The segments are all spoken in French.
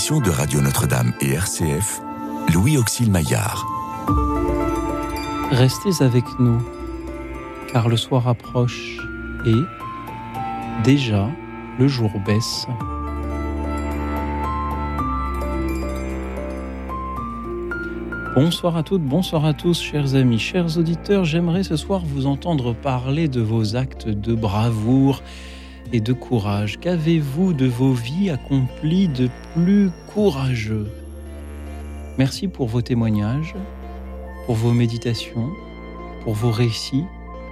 édition de Radio Notre-Dame et RCF, Louis Auxil Maillard. Restez avec nous, car le soir approche et, déjà, le jour baisse. Bonsoir à toutes, bonsoir à tous, chers amis, chers auditeurs. J'aimerais ce soir vous entendre parler de vos actes de bravoure et de courage. Qu'avez-vous de vos vies accomplies de plus courageux ? Merci pour vos témoignages, pour vos méditations, pour vos récits.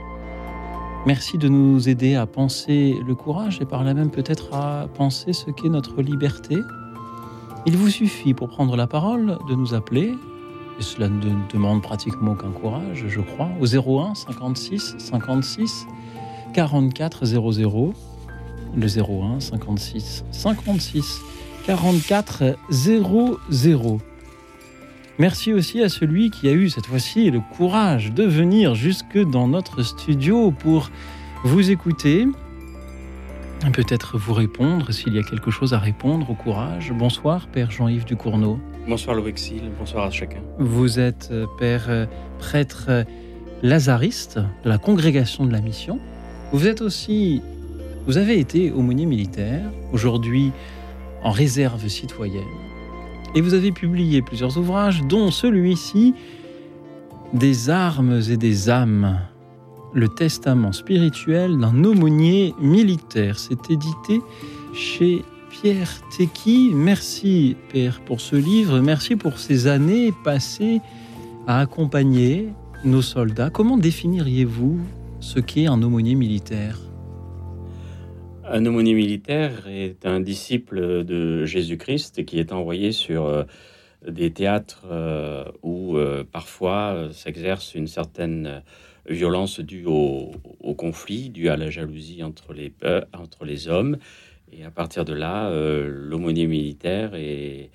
Merci de nous aider à penser le courage et par là même peut-être à penser ce qu'est notre liberté. Il vous suffit pour prendre la parole de nous appeler. Et cela ne demande pratiquement aucun courage, je crois, au 01 56 56 44 00, le 01 56 56 44 00. Merci aussi à celui qui a eu cette fois-ci le courage de venir jusque dans notre studio pour vous écouter, peut-être vous répondre s'il y a quelque chose à répondre au courage. Bonsoir, Père Jean-Yves Ducournau. Bonsoir Louis Auxil, bonsoir à chacun. Vous êtes père prêtre lazariste de la congrégation de la mission. Vous avez été aumônier militaire, aujourd'hui en réserve citoyenne. Et vous avez publié plusieurs ouvrages, dont celui-ci, Des armes et des âmes, le testament spirituel d'un aumônier militaire. C'est édité chez Pierre Tecky. Merci Père pour ce livre, merci pour ces années passées à accompagner nos soldats. Comment définiriez-vous ce qu'est un aumônier militaire ? Un aumônier militaire est un disciple de Jésus-Christ qui est envoyé sur des théâtres où parfois s'exerce une certaine violence due au conflit, due à la jalousie entre les hommes. Et à partir de là, l'aumônier militaire est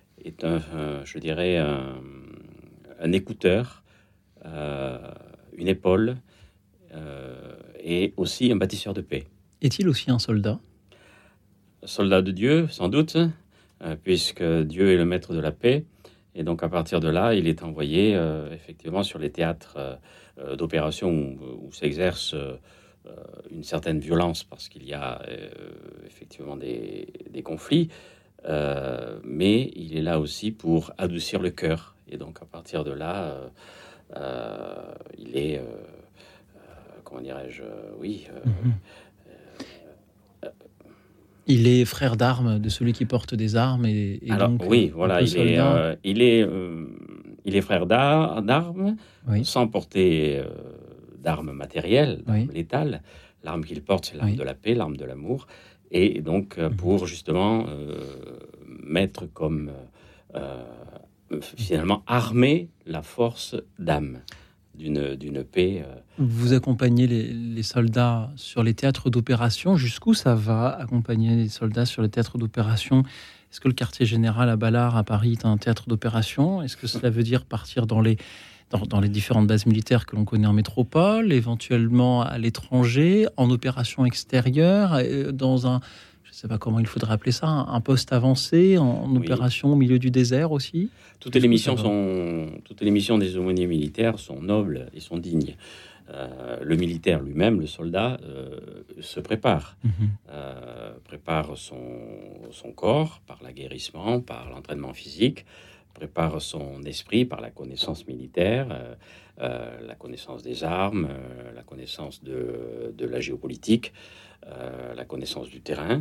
un écouteur, une épaule et aussi un bâtisseur de paix. Est-il aussi un soldat ? Soldat de Dieu, sans doute, puisque Dieu est le maître de la paix. Et donc, à partir de là, il est envoyé effectivement sur les théâtres d'opération où s'exerce une certaine violence, parce qu'il y a effectivement des conflits. Mais il est là aussi pour adoucir le cœur. Et donc, à partir de là, il est... Il est frère d'armes de celui qui porte des armes et alors, donc oui, voilà, il est frère d'armes, oui, sans porter d'armes matérielles, d'armes létales. L'arme qu'il porte, c'est l'arme de la paix, l'arme de l'amour, et donc pour justement mettre comme finalement armer la force d'âme d'une paix. Vous accompagnez les soldats sur les théâtres d'opération. Jusqu'où ça va accompagner les soldats sur les théâtres d'opération ? Est-ce que le quartier général à Ballard, à Paris, est un théâtre d'opération ? Est-ce que cela veut dire partir dans les différentes bases militaires que l'on connaît en métropole, éventuellement à l'étranger, en opération extérieure, dans un... Je ne sais pas comment il faudrait appeler ça, un poste avancé, en opération au milieu du désert aussi ? Toutes les missions des aumôniers militaires sont nobles et sont dignes. Le militaire lui-même, le soldat, se prépare. Prépare son corps par l'aguerrissement, par l'entraînement physique, prépare son esprit par la connaissance militaire, la connaissance des armes, la connaissance de la géopolitique, la connaissance du terrain,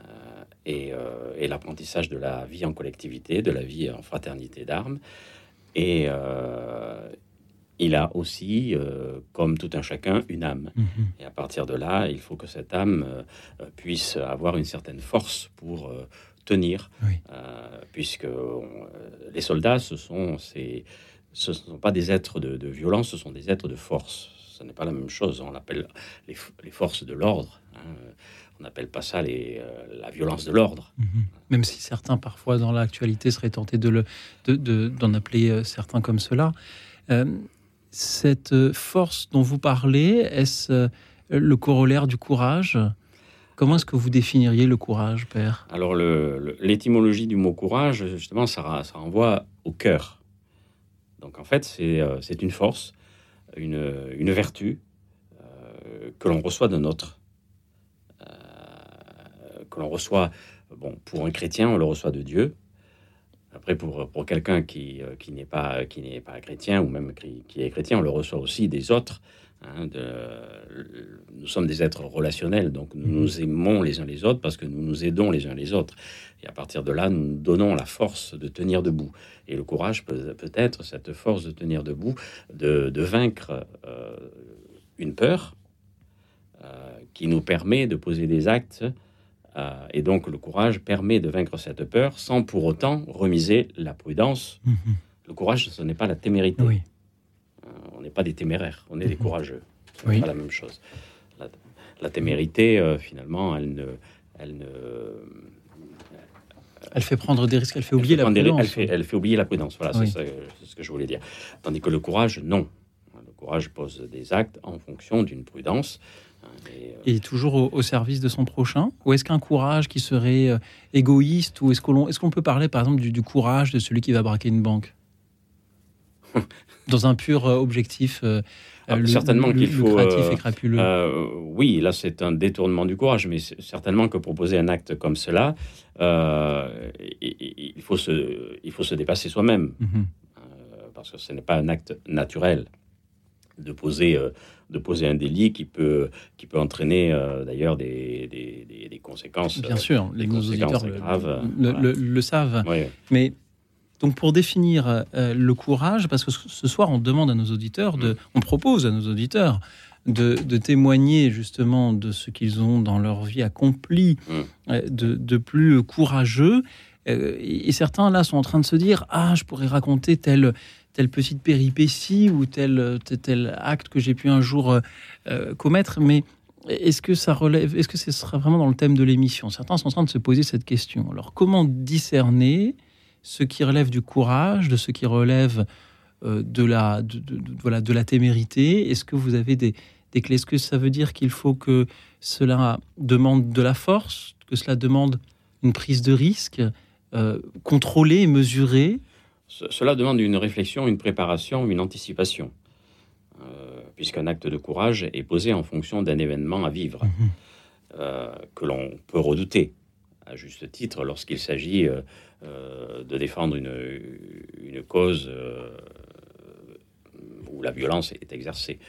et l'apprentissage de la vie en collectivité, de la vie en fraternité d'armes. Et il a aussi, comme tout un chacun, une âme. Et à partir de là, il faut que cette âme puisse avoir une certaine force pour tenir, puisque les soldats, ce ne sont pas des êtres de violence, ce sont des êtres de force. Ce n'est pas la même chose. On l'appelle les forces de l'ordre. On n'appelle pas ça la violence de l'ordre. Même si certains, parfois, dans l'actualité, seraient tentés d'en appeler certains comme cela. Cette force dont vous parlez, est-ce le corollaire du courage ? Comment est-ce que vous définiriez le courage, Père ? Alors, l'étymologie du mot courage, justement, ça renvoie au cœur. Donc, en fait, c'est une force, une vertu que l'on reçoit d'un autre. Que l'on reçoit, pour un chrétien, on le reçoit de Dieu. Après, pour quelqu'un qui n'est pas chrétien, ou même qui est chrétien, on le reçoit aussi des autres. Nous sommes des êtres relationnels, donc nous nous aimons les uns les autres parce que nous nous aidons les uns les autres. Et à partir de là, nous nous donnons la force de tenir debout. Et le courage peut être cette force de tenir debout, de vaincre une peur qui nous permet de poser des actes. Et donc, le courage permet de vaincre cette peur sans pour autant remiser la prudence. Le courage, ce n'est pas la témérité. Oui. On n'est pas des téméraires, on est des courageux. Ce n'est pas la même chose. La témérité, finalement, elle fait prendre des risques, elle fait oublier la prudence. Elle fait oublier la prudence, voilà, c'est ce que je voulais dire. Tandis que le courage, non. Le courage pose des actes en fonction d'une prudence. Et toujours au service de son prochain ? Ou est-ce qu'un courage qui serait égoïste ? Ou est-ce qu'on peut parler, par exemple, du courage de celui qui va braquer une banque ? Dans un pur objectif certainement qu'il faut lucratif et crapuleux. Oui, là c'est un détournement du courage, mais certainement que proposer un acte comme cela, il faut se dépasser soi-même, parce que ce n'est pas un acte naturel de poser un délit qui peut entraîner d'ailleurs des conséquences. Bien sûr, les auditeurs graves, le savent. Oui. Mais donc pour définir le courage, parce que ce soir on demande à nos auditeurs, on propose à nos auditeurs de témoigner justement de ce qu'ils ont dans leur vie accompli de plus courageux. Et certains là sont en train de se dire je pourrais raconter telle petite péripétie ou tel acte que j'ai pu un jour commettre, mais est-ce que ce sera vraiment dans le thème de l'émission ? Certains sont en train de se poser cette question. Alors comment discerner ce qui relève du courage, de ce qui relève de la témérité ? Est-ce que vous avez des clés ? Est-ce que ça veut dire qu'il faut que cela demande de la force, que cela demande une prise de risque, contrôlée, mesurée ? Cela demande une réflexion, une préparation, une anticipation, puisqu'un acte de courage est posé en fonction d'un événement à vivre, que l'on peut redouter, à juste titre, lorsqu'il s'agit de défendre une cause où la violence est exercée.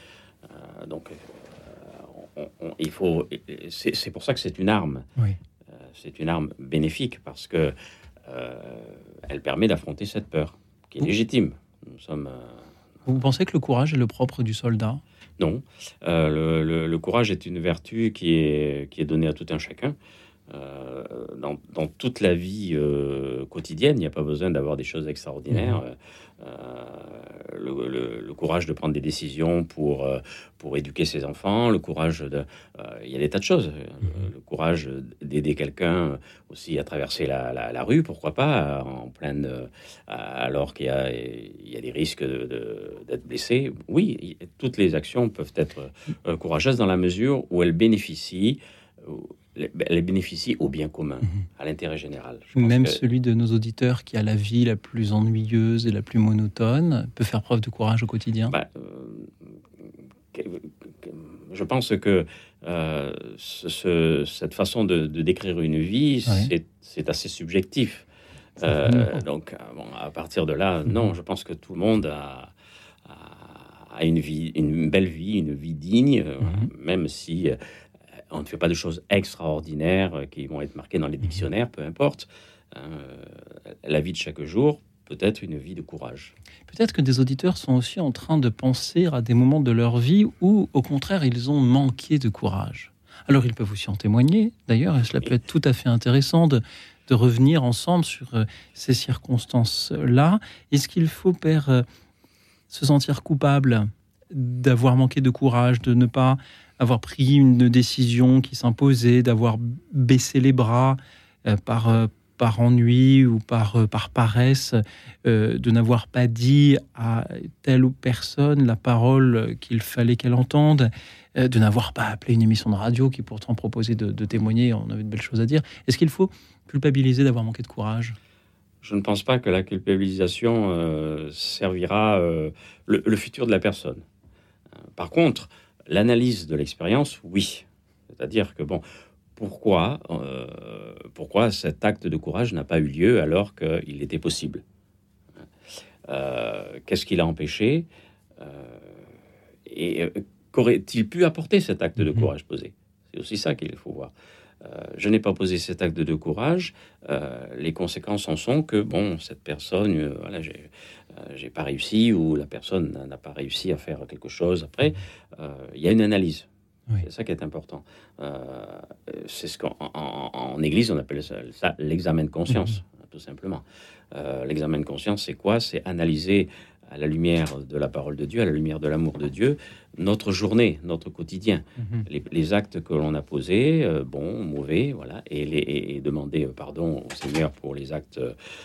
Il faut. C'est pour ça que c'est une arme. Oui. C'est une arme bénéfique parce que elle permet d'affronter cette peur qui est légitime. Nous sommes. Vous pensez que le courage est le propre du soldat ? Non. Le courage est une vertu qui est donnée à tout un chacun. Dans toute la vie quotidienne, il n'y a pas besoin d'avoir des choses extraordinaires. Le courage de prendre des décisions pour éduquer ses enfants, le courage il y a des tas de choses. Le courage d'aider quelqu'un aussi à traverser la rue, pourquoi pas, alors qu'il y a des risques d'être blessé. Oui, toutes les actions peuvent être courageuses dans la mesure où elles bénéficient au bien commun, à l'intérêt général. Même celui de nos auditeurs qui a la vie la plus ennuyeuse et la plus monotone peut faire preuve de courage au quotidien. Je pense que cette façon de décrire une vie, c'est assez subjectif. Donc, à partir de là, non, je pense que tout le monde a une belle vie, une vie digne, même si on ne fait pas de choses extraordinaires qui vont être marquées dans les dictionnaires, peu importe. La vie de chaque jour peut être une vie de courage. Peut-être que des auditeurs sont aussi en train de penser à des moments de leur vie où, au contraire, ils ont manqué de courage. Alors, ils peuvent aussi en témoigner, d'ailleurs, et cela peut être tout à fait intéressant de revenir ensemble sur ces circonstances-là. Est-ce qu'il faut, Père, se sentir coupable d'avoir manqué de courage, de ne pas avoir pris une décision qui s'imposait, d'avoir baissé les bras par par ennui ou par paresse, de n'avoir pas dit à telle ou personne la parole qu'il fallait qu'elle entende, de n'avoir pas appelé une émission de radio qui pourtant proposait de témoigner, on avait de belles choses à dire. Est-ce qu'il faut culpabiliser d'avoir manqué de courage ? Je ne pense pas que la culpabilisation servira le futur de la personne. Par contre, l'analyse de l'expérience, oui. C'est-à-dire que, pourquoi cet acte de courage n'a pas eu lieu alors qu'il était possible ? Qu'est-ce qui l'a empêché ? Et qu'aurait-il pu apporter cet acte de courage posé ? C'est aussi ça qu'il faut voir. Je n'ai pas posé cet acte de courage. Les conséquences en sont que, cette personne, j'ai pas réussi, ou la personne n'a pas réussi à faire quelque chose. Après, il y a une analyse. Oui. C'est ça qui est important. C'est ce qu'en Église, on appelle ça l'examen de conscience, tout simplement. L'examen de conscience, c'est quoi ? C'est analyser à la lumière de la parole de Dieu, à la lumière de l'amour de Dieu, notre journée, notre quotidien, les actes que l'on a posés, bons, mauvais, voilà, et demander pardon au Seigneur pour les actes,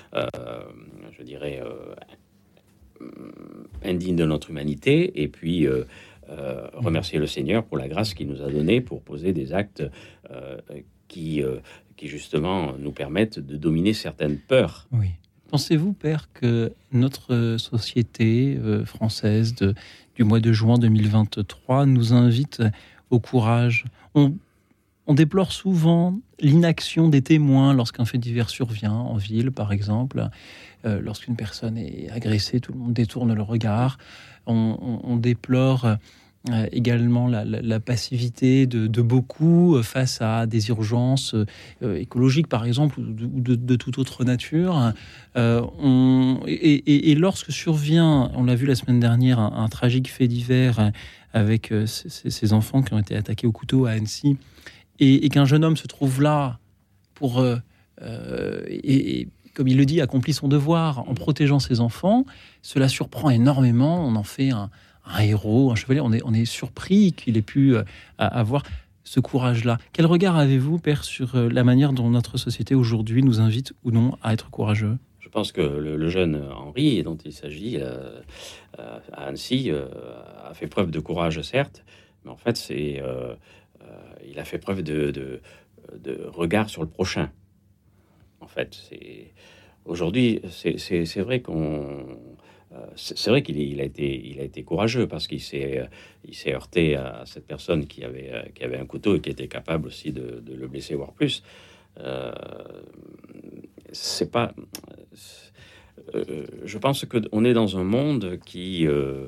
indignes de notre humanité, et puis remercier le Seigneur pour la grâce qu'il nous a donnée pour poser des actes qui justement nous permettent de dominer certaines peurs. Oui. Pensez-vous, Père, que notre société française du mois de juin 2023 nous invite au courage ? On déplore souvent l'inaction des témoins lorsqu'un fait divers survient en ville, par exemple. Lorsqu'une personne est agressée, tout le monde détourne le regard. On déplore également la passivité de beaucoup face à des urgences écologiques, par exemple, ou de toute autre nature. Et lorsque survient, on l'a vu la semaine dernière, un tragique fait divers avec ces enfants qui ont été attaqués au couteau à Annecy, et qu'un jeune homme se trouve là pour, et comme il le dit, accomplit son devoir en protégeant ses enfants, cela surprend énormément. On en fait un héros, un chevalier. On est surpris qu'il ait pu avoir ce courage-là. Quel regard avez-vous, Père, sur la manière dont notre société aujourd'hui nous invite ou non à être courageux ? Je pense que le jeune Henri, dont il s'agit à Annecy, a fait preuve de courage, certes, mais en fait, il a fait preuve de regard sur le prochain. En fait, aujourd'hui, c'est vrai c'est vrai qu'il a été courageux, parce qu'il s'est heurté à cette personne qui avait un couteau et qui était capable aussi de le blesser, voire plus. Je pense qu'on est dans un monde qui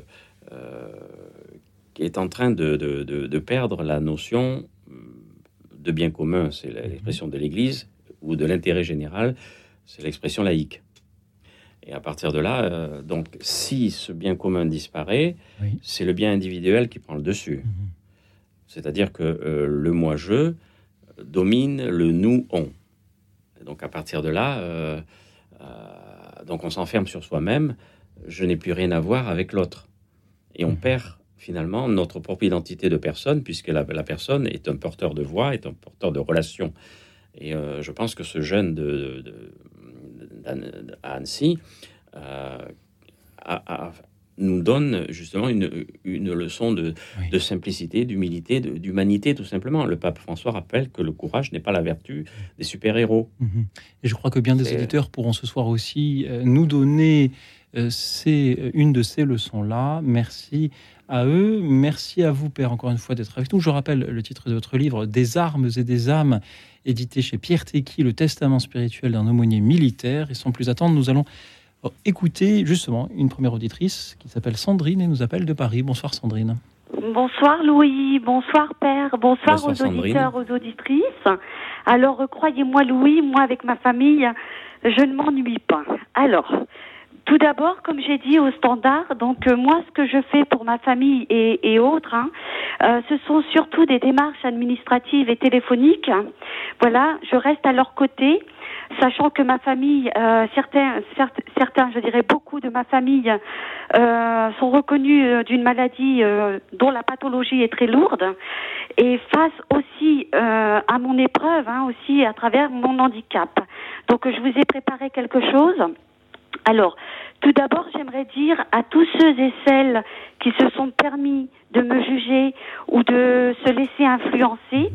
est en train de perdre la notion de bien commun, c'est l'expression de l'Église, ou de l'intérêt général, c'est l'expression laïque. Et à partir de là, donc, si ce bien commun disparaît, oui, c'est le bien individuel qui prend le dessus. C'est-à-dire que le moi-je domine le nous-on. Et donc à partir de là, donc on s'enferme sur soi-même, je n'ai plus rien à voir avec l'autre. Et on perd finalement notre propre identité de personne, puisque la personne est un porteur de voix, est un porteur de relations. Et je pense que ce jeune à Annecy nous donne justement une leçon de simplicité, d'humilité, d'humanité, tout simplement. Le pape François rappelle que le courage n'est pas la vertu des super-héros. Et je crois que bien des auditeurs pourront ce soir aussi nous donner une de ces leçons-là. Merci à eux. Merci à vous, Père, encore une fois, d'être avec nous. Je rappelle le titre de votre livre, « Des armes et des âmes », édité chez Pierre Tecky, le testament spirituel d'un aumônier militaire. Et sans plus attendre, nous allons écouter justement une première auditrice qui s'appelle Sandrine et nous appelle de Paris. Bonsoir Sandrine. Bonsoir Louis, bonsoir Père, bonsoir aux Sandrine. Auditeurs, aux auditrices. Alors croyez-moi Louis, moi avec ma famille, je ne m'ennuie pas. Alors, tout d'abord, comme j'ai dit au standard, donc moi ce que je fais pour ma famille et autres, ce sont surtout des démarches administratives et téléphoniques. Voilà, je reste à leur côté, sachant que ma famille, certains, je dirais beaucoup de ma famille, sont reconnus d'une maladie dont la pathologie est très lourde, et face aussi à mon épreuve, aussi à travers mon handicap. Donc je vous ai préparé quelque chose. Alors, tout d'abord, j'aimerais dire à tous ceux et celles qui se sont permis de me juger ou de se laisser influencer,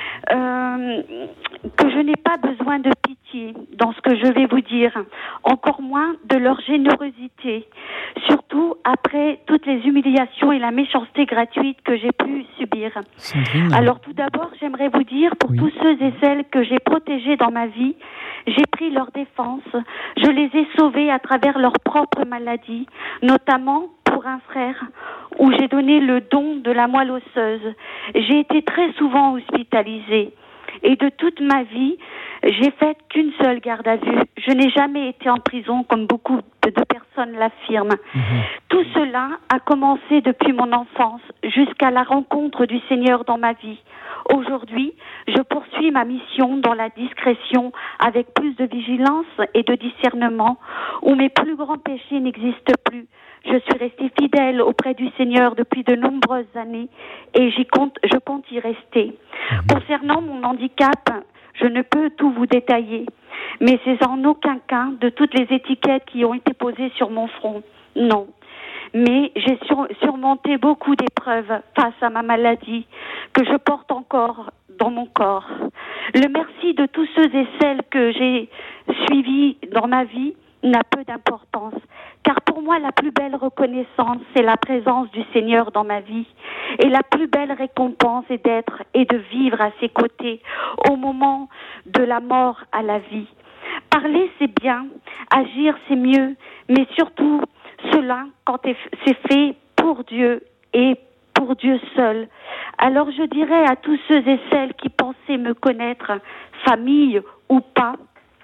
que je n'ai pas besoin de pitié dans ce que je vais vous dire, encore moins de leur générosité, surtout après toutes les humiliations et la méchanceté gratuite que j'ai pu subir. Sandrine. Alors tout d'abord, j'aimerais vous dire, pour tous ceux et celles que j'ai protégés dans ma vie, j'ai pris leur défense, je les ai sauvés à travers leur propre maladie, notamment pour un frère où j'ai donné le don de la moelle osseuse. J'ai été très souvent hospitalisée et de toute ma vie, j'ai fait qu'une seule garde à vue. Je n'ai jamais été en prison comme beaucoup de personnes l'affirment. Tout cela a commencé depuis mon enfance jusqu'à la rencontre du Seigneur dans ma vie. Aujourd'hui, je poursuis ma mission dans la discrétion avec plus de vigilance et de discernement où mes plus grands péchés n'existent plus. Je suis restée fidèle auprès du Seigneur depuis de nombreuses années et je compte y rester. Concernant mon handicap, je ne peux tout vous détailler, mais c'est en aucun cas de toutes les étiquettes qui ont été posées sur mon front. Non. Mais j'ai surmonté beaucoup d'épreuves face à ma maladie que je porte encore dans mon corps. Le merci de tous ceux et celles que j'ai suivis dans ma vie n'a peu d'importance, car pour moi la plus belle reconnaissance c'est la présence du Seigneur dans ma vie, et la plus belle récompense est d'être et de vivre à ses côtés au moment de la mort à la vie. Parler c'est bien, agir c'est mieux, mais surtout cela quand c'est fait pour Dieu et pour Dieu seul. Alors je dirais à tous ceux et celles qui pensaient me connaître, famille ou pas,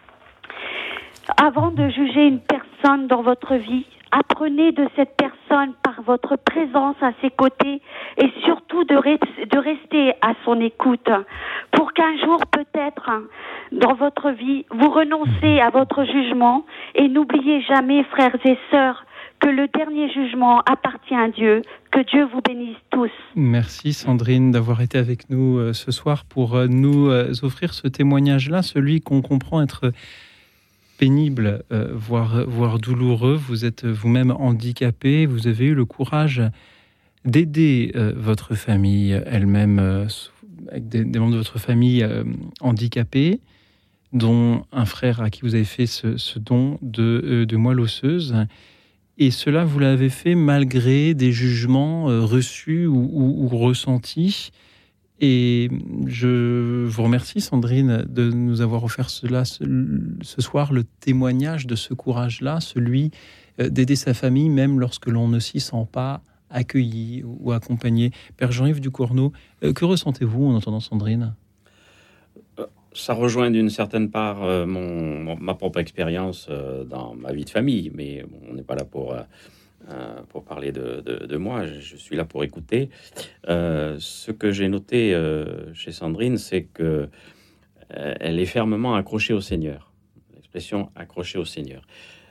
avant de juger une personne dans votre vie, apprenez de cette personne par votre présence à ses côtés et surtout de rester à son écoute pour qu'un jour peut-être dans votre vie vous renoncez à votre jugement et n'oubliez jamais, frères et sœurs, que le dernier jugement appartient à Dieu. Que Dieu vous bénisse tous. Merci Sandrine d'avoir été avec nous ce soir pour nous offrir ce témoignage-là, celui qu'on comprend être pénible, voire douloureux. Vous êtes vous-même handicapé, vous avez eu le courage d'aider votre famille elle-même, avec des membres de votre famille handicapés, dont un frère à qui vous avez fait ce don de moelle osseuse. Et cela, vous l'avez fait malgré des jugements reçus ou ressentis. Et je vous remercie, Sandrine, de nous avoir offert ce soir, le témoignage de ce courage-là, celui d'aider sa famille, même lorsque l'on ne s'y sent pas accueilli ou accompagné. Père Jean-Yves Ducournau, que ressentez-vous en entendant Sandrine ? Ça rejoint d'une certaine part ma propre expérience dans ma vie de famille, mais on n'est pas là pour parler de moi, je suis là pour écouter. Ce que j'ai noté chez Sandrine, c'est que elle est fermement accrochée au Seigneur. L'expression accrochée au Seigneur.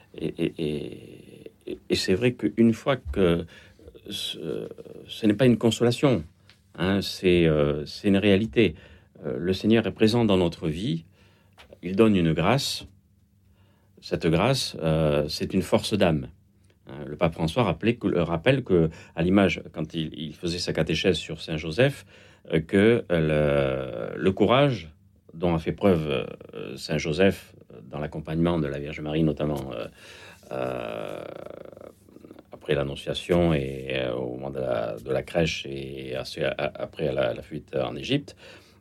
Et c'est vrai qu'une fois que ce n'est pas une consolation, hein, c'est une réalité. Le Seigneur est présent dans notre vie, il donne une grâce. Cette grâce, c'est une force d'âme. Le pape François rappelle que, à l'image, quand il faisait sa catéchèse sur Saint Joseph, que le courage dont a fait preuve Saint Joseph dans l'accompagnement de la Vierge Marie, notamment après l'Annonciation et au moment de la crèche et après la fuite en Égypte,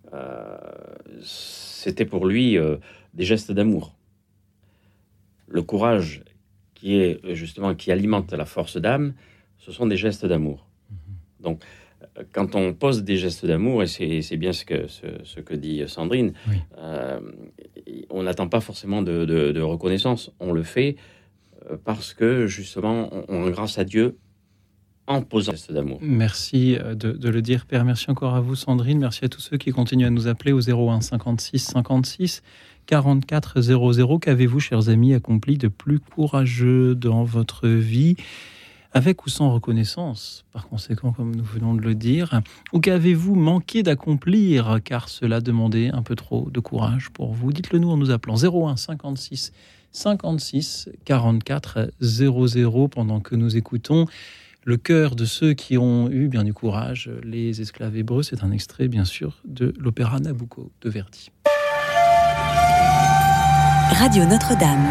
c'était pour lui des gestes d'amour. Le courage qui alimente la force d'âme, ce sont des gestes d'amour. Donc, quand on pose des gestes d'amour, et c'est bien ce que dit Sandrine, oui. On n'attend pas forcément de reconnaissance. On le fait parce que, justement, on rend grâce à Dieu en posant des gestes d'amour. Merci de le dire, Père. Merci encore à vous, Sandrine. Merci à tous ceux qui continuent à nous appeler au 01 56 56 44 00. Qu'avez-vous, chers amis, accompli de plus courageux dans votre vie ? avec ou sans reconnaissance, par conséquent, comme nous venons de le dire, ou qu'avez-vous manqué d'accomplir, car cela demandait un peu trop de courage pour vous? Dites-le nous en nous appelant 01 56 56 44 00 pendant que nous écoutons le cœur de ceux qui ont eu bien du courage, les esclaves hébreux. C'est un extrait, bien sûr, de l'opéra Nabucco de Verdi. Radio Notre-Dame.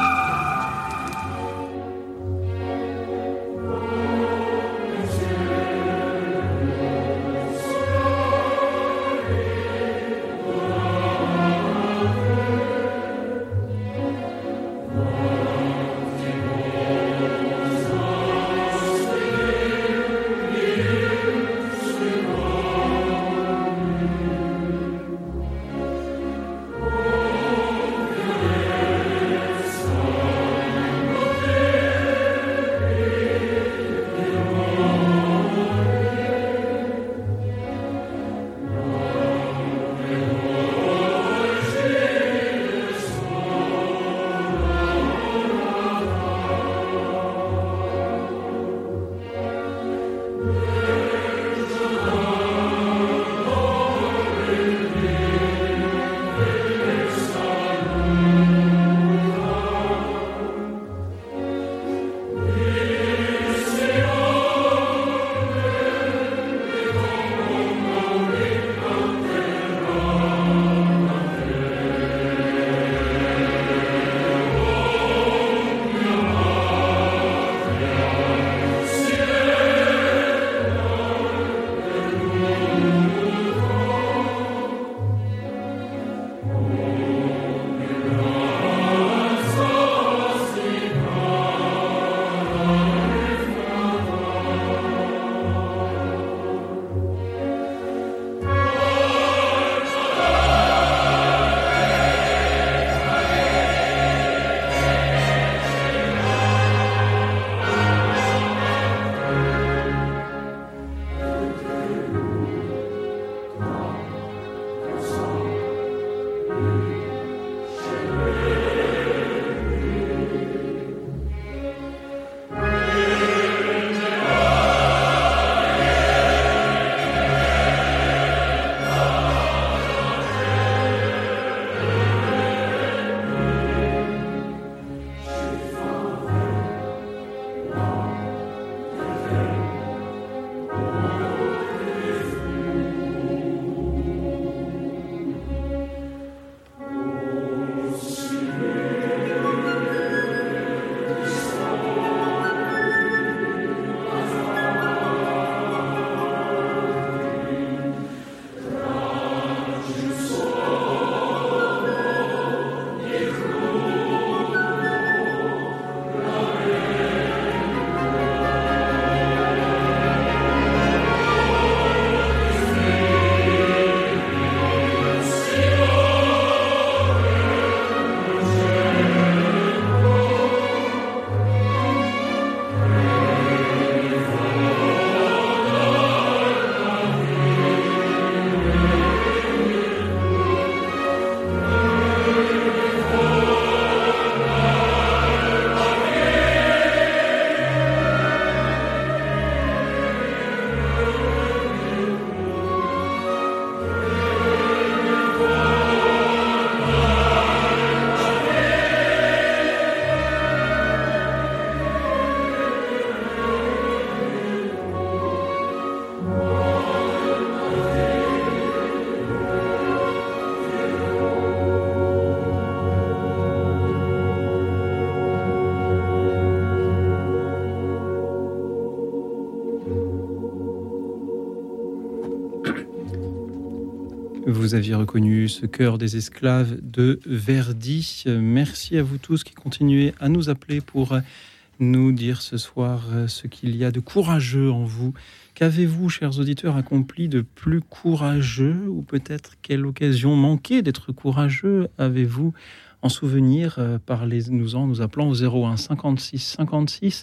Vous aviez reconnu ce chœur des esclaves de Verdi. Merci à vous tous qui continuez à nous appeler pour nous dire ce soir ce qu'il y a de courageux en vous. Qu'avez-vous, chers auditeurs, accompli de plus courageux, ou peut-être quelle occasion manquée d'être courageux avez-vous en souvenir? Parlez-nous-en, nous appelons au 01 56 56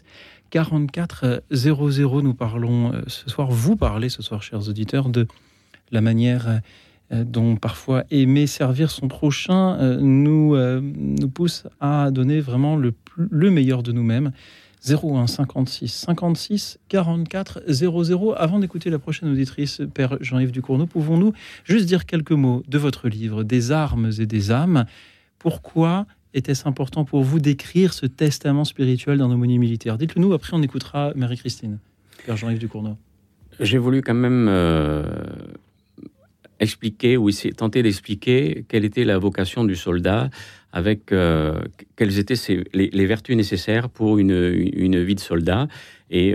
44 00. Nous parlons ce soir, vous parlez ce soir, chers auditeurs, de la manière dont parfois aimer servir son prochain nous pousse à donner vraiment le meilleur de nous-mêmes. 01 56 56 44 00. Avant d'écouter la prochaine auditrice, Père Jean-Yves Ducournau, pouvons-nous juste dire quelques mots de votre livre, Des armes et des âmes? Pourquoi était-ce important pour vous d'écrire ce testament spirituel d'un aumônier militaire? Dites-le nous, après on écoutera Marie-Christine. Père Jean-Yves Ducournau. J'ai voulu quand même expliquer ou tenter d'expliquer quelle était la vocation du soldat, avec quelles étaient les vertus nécessaires pour une vie de soldat et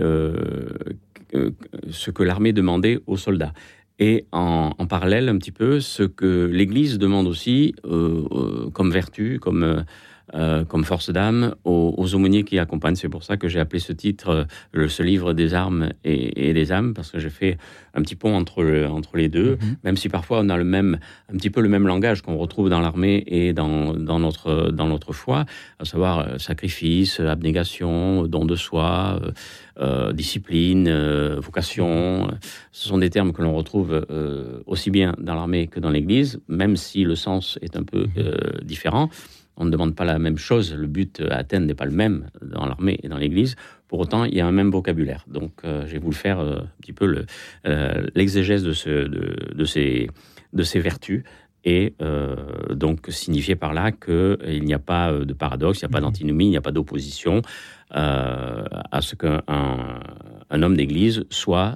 ce que l'armée demandait aux soldats. Et en parallèle un petit peu ce que l'Église demande aussi comme vertu, comme force d'âme aux aumôniers qui accompagnent. C'est pour ça que j'ai appelé ce titre, ce livre des armes et des âmes, parce que j'ai fait un petit pont entre les deux, même si parfois on a un petit peu le même langage qu'on retrouve dans l'armée et dans notre foi, à savoir sacrifice, abnégation, don de soi, discipline, vocation. Ce sont des termes que l'on retrouve aussi bien dans l'armée que dans l'Église, même si le sens est un peu différent. On ne demande pas la même chose, le but à atteindre n'est pas le même dans l'armée et dans l'Église. Pour autant, il y a un même vocabulaire. Donc, j'ai voulu faire un petit peu l'exégèse de ces vertus et donc signifier par là qu'il n'y a pas de paradoxe, il n'y a pas d'antinomie, il n'y a pas d'opposition à ce qu'un homme d'Église soit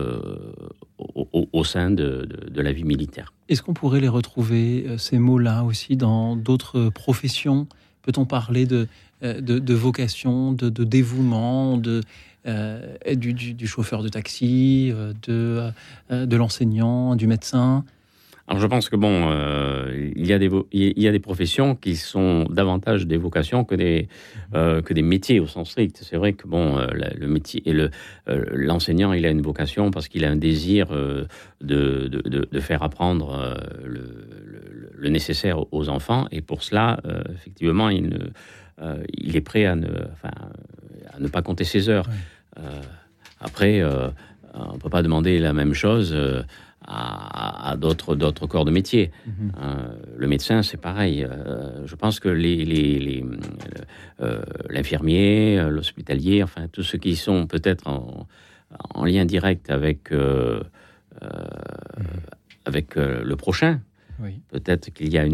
au sein de la vie militaire. Est-ce qu'on pourrait les retrouver, ces mots-là, aussi dans d'autres professions? Peut-on parler de vocation, de dévouement, du chauffeur de taxi, de l'enseignant, du médecin? Alors je pense que il y a des professions qui sont davantage des vocations que des métiers au sens strict. C'est vrai que le métier et l'enseignant, il a une vocation parce qu'il a un désir de faire apprendre le nécessaire aux enfants, et pour cela, effectivement, il est prêt à ne pas compter ses heures. Ouais. Après, on ne peut pas demander la même chose à d'autres corps de métier. Le médecin, c'est pareil. Je pense que l'infirmier, l'hospitalier, enfin, tous ceux qui sont peut-être en lien direct avec le prochain, oui. Peut-être qu'il y a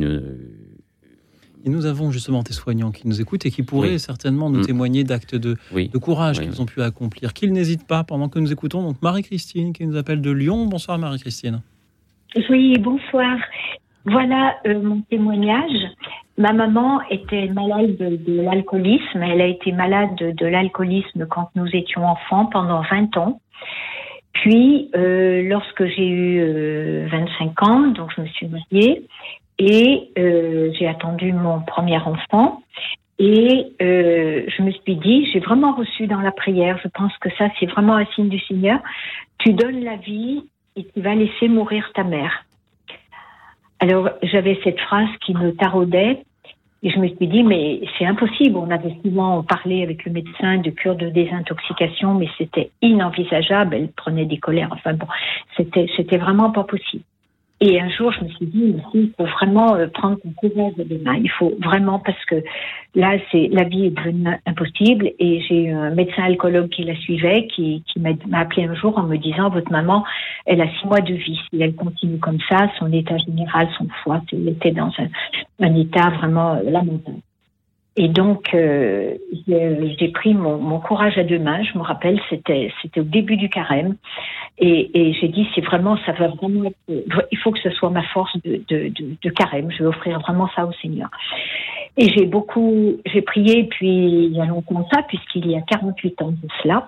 Et nous avons justement des soignants qui nous écoutent et qui pourraient certainement nous témoigner d'actes de courage qu'ils ont pu accomplir, qu'ils n'hésitent pas pendant que nous écoutons. Donc Marie-Christine qui nous appelle de Lyon. Bonsoir Marie-Christine. Oui, bonsoir. Voilà mon témoignage. Ma maman était malade de l'alcoolisme. Elle a été malade de l'alcoolisme quand nous étions enfants pendant 20 ans. Puis, lorsque j'ai eu 25 ans, donc je me suis mariée, et j'ai attendu mon premier enfant. Et je me suis dit, j'ai vraiment reçu dans la prière, je pense que ça, c'est vraiment un signe du Seigneur. Tu donnes la vie et tu vas laisser mourir ta mère. Alors, j'avais cette phrase qui me taraudait. Et je me suis dit, mais c'est impossible. On avait souvent parlé avec le médecin de cure de désintoxication, mais c'était inenvisageable. Elle prenait des colères. Enfin bon, c'était vraiment pas possible. Et un jour, je me suis dit, il faut vraiment prendre ton courage de main. Il faut vraiment, parce que là, la vie est devenue impossible. Et j'ai eu un médecin alcoologue qui la suivait, qui m'a appelé un jour en me disant, votre maman, elle a 6 mois de vie. Si elle continue comme ça, son état général, son foie, elle était dans un état vraiment lamentable. Et donc, j'ai pris mon courage à 2 mains. Je me rappelle, c'était au début du carême. Et j'ai dit, c'est vraiment, ça va vraiment, il faut que ce soit ma force de carême. Je vais offrir vraiment ça au Seigneur. Et j'ai prié, puis il y a longtemps ça, puisqu'il y a 48 ans de cela.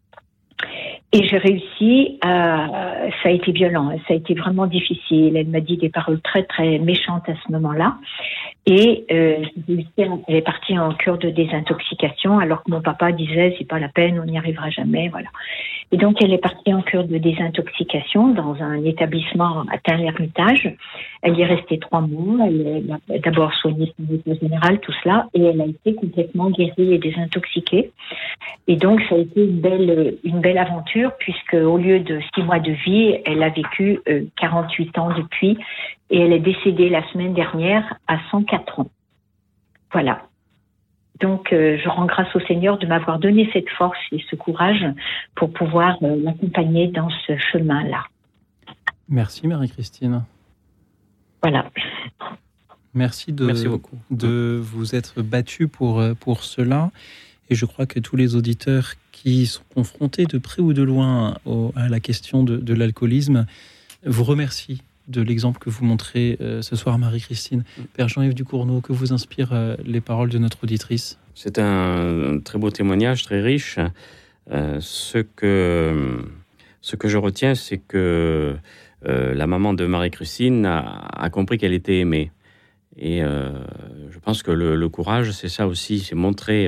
Et j'ai réussi ça a été violent, ça a été vraiment difficile. Elle m'a dit des paroles très, très méchantes à ce moment-là. Et elle est partie en cure de désintoxication, alors que mon papa disait, c'est pas la peine, on n'y arrivera jamais, voilà. Et donc, elle est partie en cure de désintoxication dans un établissement à Tain-l'Hermitage. Elle y est restée 3 mois. Elle a d'abord soigné son état général, tout cela, et elle a été complètement guérie et désintoxiquée. Et donc, ça a été une belle aventure, puisque au lieu de 6 mois de vie, elle a vécu 48 ans depuis, et elle est décédée la semaine dernière à 104 ans. Voilà. Donc, je rends grâce au Seigneur de m'avoir donné cette force et ce courage pour pouvoir l'accompagner dans ce chemin-là. Merci Marie-Christine. Voilà. Merci beaucoup de vous être battue pour cela. Et je crois que tous les auditeurs qui sont confrontés de près ou de loin à la question de l'alcoolisme vous remercient de l'exemple que vous montrez ce soir, Marie-Christine. Père Jean-Yves Ducournau, que vous inspirent les paroles de notre auditrice ? C'est un très beau témoignage, très riche. Ce que je retiens, c'est que la maman de Marie-Christine a compris qu'elle était aimée. Et je pense que le courage, c'est ça aussi, c'est montrer,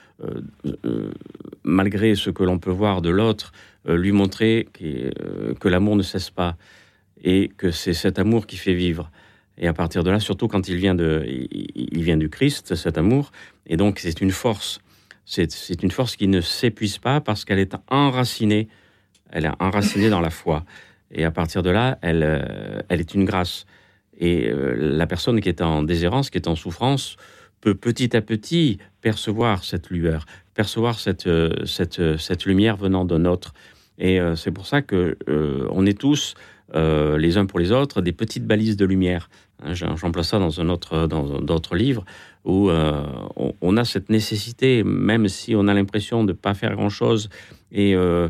malgré ce que l'on peut voir de l'autre, lui montrer que l'amour ne cesse pas et que c'est cet amour qui fait vivre. Et à partir de là, surtout quand il vient du Christ, cet amour, et donc c'est une force. C'est une force qui ne s'épuise pas parce qu'elle est enracinée. Elle est enracinée dans la foi. Et à partir de là, elle est une grâce. Et la personne qui est en déshérence, qui est en souffrance, peut petit à petit percevoir cette lueur, percevoir cette lumière venant d'un autre. Et c'est pour ça que on est tous, les uns pour les autres, des petites balises de lumière. J'emploie ça dans d'autres livres, où on a cette nécessité, même si on a l'impression de ne pas faire grand-chose, et de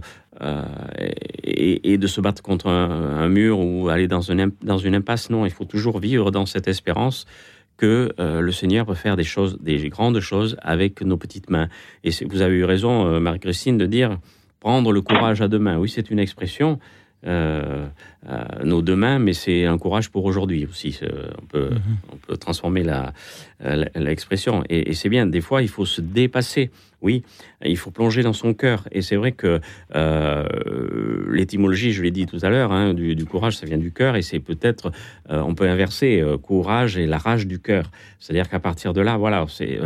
se battre contre un mur ou aller dans une impasse. Non, il faut toujours vivre dans cette espérance que le Seigneur peut faire des grandes choses avec nos petites mains. Et vous avez eu raison, Marie-Christine, de dire prendre le courage à deux mains. Oui, c'est une expression, nos deux mains, mais c'est un courage pour aujourd'hui aussi. On peut transformer l'expression. Et c'est bien, des fois, il faut se dépasser. Oui, il faut plonger dans son cœur. Et c'est vrai que l'étymologie, je l'ai dit tout à l'heure, du courage, ça vient du cœur. Et c'est peut-être, on peut inverser courage et la rage du cœur. C'est-à-dire qu'à partir de là, voilà, c'est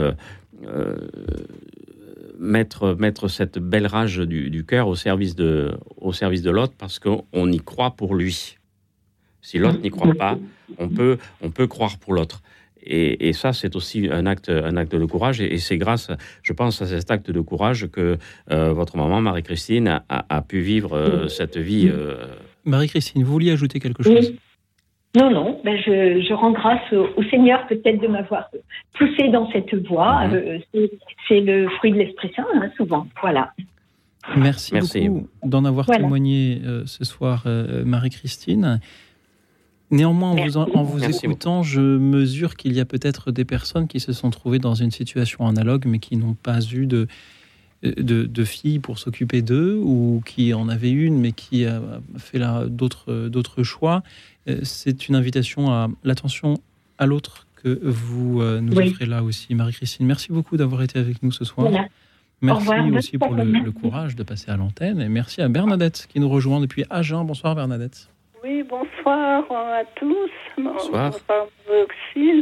mettre cette belle rage du cœur au service de l'autre, parce qu'on y croit pour lui. Si l'autre n'y croit pas, on peut croire pour l'autre. Et ça, c'est aussi un acte de courage. Et c'est grâce, je pense, à cet acte de courage que votre maman, Marie-Christine, a pu vivre cette vie. Marie-Christine, vous vouliez ajouter quelque chose ? Non, je rends grâce au Seigneur peut-être de m'avoir poussé dans cette voie. C'est le fruit de l'Esprit Saint, souvent. Voilà. Merci beaucoup d'en avoir témoigné ce soir, Marie-Christine. Néanmoins, en vous écoutant, je mesure qu'il y a peut-être des personnes qui se sont trouvées dans une situation analogue, mais qui n'ont pas eu de filles pour s'occuper d'eux, ou qui en avaient une, mais qui a fait d'autres choix. C'est une invitation à l'attention à l'autre que vous nous offrez là aussi. Marie-Christine, merci beaucoup d'avoir été avec nous ce soir. Voilà. Merci aussi pour le courage de passer à l'antenne. Et merci à Bernadette qui nous rejoint depuis Agen. Bonsoir Bernadette. Oui, bonsoir à tous. Bonsoir. Auxil.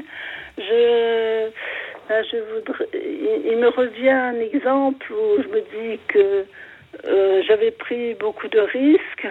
Il me revient un exemple où je me dis que j'avais pris beaucoup de risques.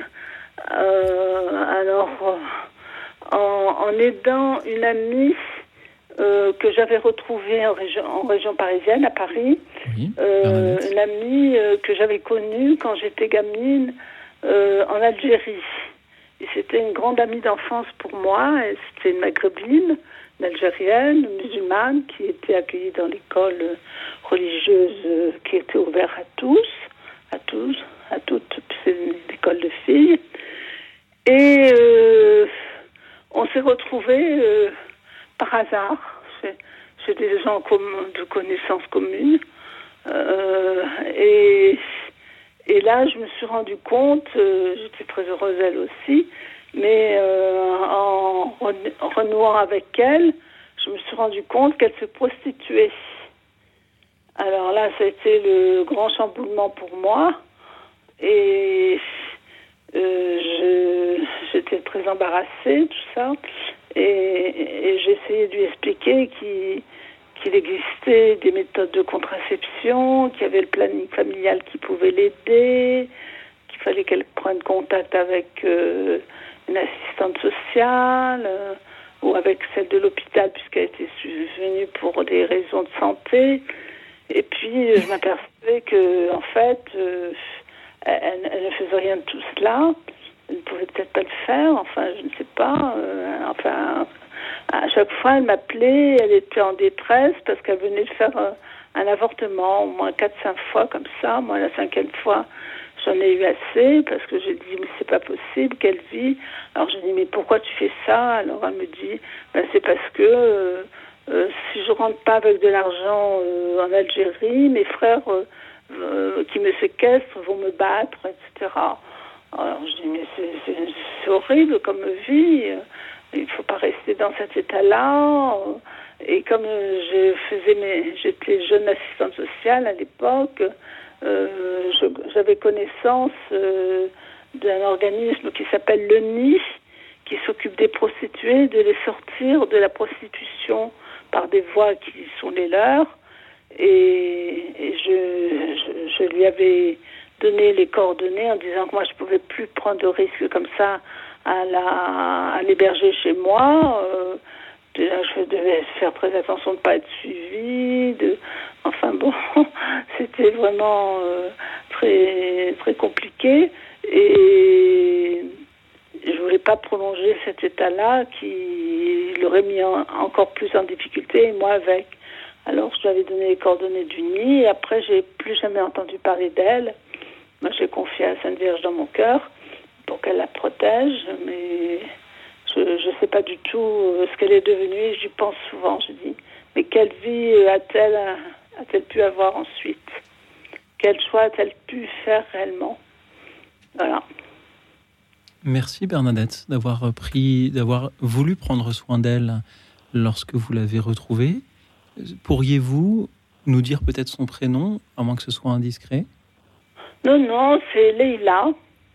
En aidant une amie que j'avais retrouvée en région parisienne, à Paris, une amie que j'avais connue quand j'étais gamine en Algérie. Et c'était une grande amie d'enfance pour moi. Et c'était une maghrébine, une algérienne, musulmane, qui était accueillie dans l'école religieuse qui était ouverte à toutes. C'est une école de filles. Et on s'est retrouvés par hasard. C'est des gens de connaissances communes. Et là, je me suis rendu compte, j'étais très heureuse elle aussi, mais en renouant avec elle, je me suis rendu compte qu'elle se prostituait. Alors là, ça a été le grand chamboulement pour moi. Et j'étais très embarrassée, tout ça. Et j'ai essayé de lui expliquer qu'il existait des méthodes de contraception, qu'il y avait le planning familial qui pouvait l'aider, qu'il fallait qu'elle prenne contact avec une assistante sociale ou avec celle de l'hôpital puisqu'elle était venue pour des raisons de santé. Et puis, je m'apercevais que, en fait, elle ne faisait rien de tout cela. Elle ne pouvait peut-être pas le faire. Enfin, je ne sais pas. À chaque fois, elle m'appelait. Elle était en détresse parce qu'elle venait de faire un avortement, au moins 4-5 fois comme ça. Moi, la 5e fois, j'en ai eu assez parce que j'ai dit, mais c'est pas possible, quelle vie. Alors, j'ai dit, mais pourquoi tu fais ça? Alors, elle me dit, c'est parce que si je rentre pas avec de l'argent en Algérie, mes frères qui me séquestrent vont me battre, etc. Alors je dis, mais c'est horrible comme vie, il ne faut pas rester dans cet état-là. Et comme j'étais jeune assistante sociale à l'époque, j'avais connaissance d'un organisme qui s'appelle le NI, qui s'occupe des prostituées, de les sortir de la prostitution par des voies qui sont les leurs. Et je lui avais donné les coordonnées en disant que moi je ne pouvais plus prendre de risques comme ça à l'héberger chez moi. Je devais faire très attention de ne pas être suivie. Enfin bon, c'était vraiment très, très compliqué. Et je ne voulais pas prolonger cet état-là qui l'aurait mis encore plus en difficulté, et moi avec. Alors, je lui avais donné les coordonnées du nid, et après, j'ai plus jamais entendu parler d'elle. Moi, j'ai confié à Sainte Vierge dans mon cœur pour qu'elle la protège, mais je ne sais pas du tout ce qu'elle est devenue, et j'y pense souvent. Je dis, mais quelle vie a-t-elle pu avoir ensuite? Quel choix a-t-elle pu faire réellement? Voilà. Merci Bernadette d'avoir voulu prendre soin d'elle lorsque vous l'avez retrouvée. Pourriez-vous nous dire peut-être son prénom, à moins que ce soit indiscret? Non, c'est Leïla.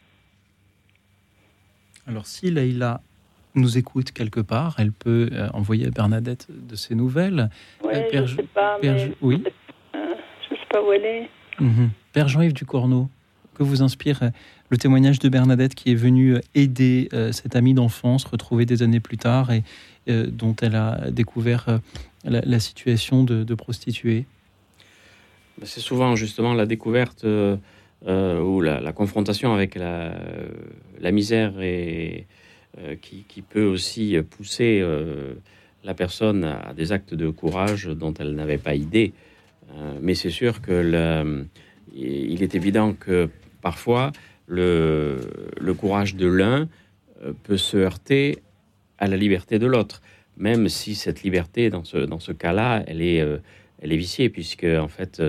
Alors si Leïla nous écoute quelque part, elle peut envoyer à Bernadette de ses nouvelles. Oui, je ne sais pas, oui. Je ne sais pas où elle est. Père Jean-Yves Ducournau, que vous inspire le témoignage de Bernadette qui est venue aider cette amie d'enfance retrouvée des années plus tard et dont elle a découvert la situation de prostituée? C'est souvent justement la découverte ou la confrontation avec la misère et qui peut aussi pousser la personne à des actes de courage dont elle n'avait pas idée. Mais c'est sûr que il est évident que parfois le courage de l'un peut se heurter à la liberté de l'autre, même si cette liberté, dans ce cas-là, elle est viciée, puisque en fait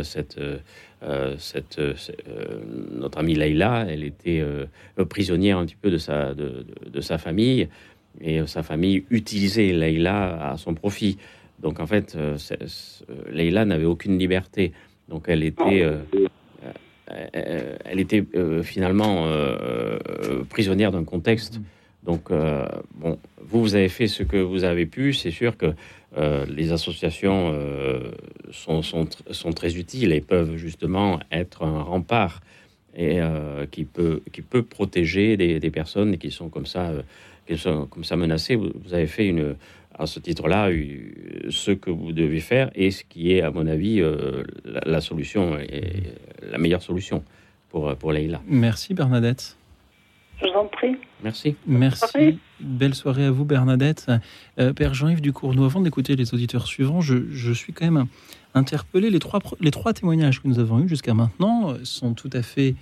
notre amie Leïla, elle était prisonnière un petit peu de sa famille, et sa famille utilisait Leïla à son profit. Donc en fait, Leïla n'avait aucune liberté. Donc elle était finalement prisonnière d'un contexte. Donc vous avez fait ce que vous avez pu. C'est sûr que les associations sont très utiles et peuvent justement être un rempart et qui peut protéger des personnes qui sont comme ça menacées. Vous avez fait à ce titre-là ce que vous devez faire et ce qui est, à mon avis, la solution et la meilleure solution pour Leïla. Merci Bernadette. Je vous en prie. Merci. Merci. Belle soirée à vous, Bernadette. Père Jean-Yves Ducournau, avant d'écouter les auditeurs suivants, je suis quand même interpellé. Les trois témoignages que nous avons eus jusqu'à maintenant sont tout à fait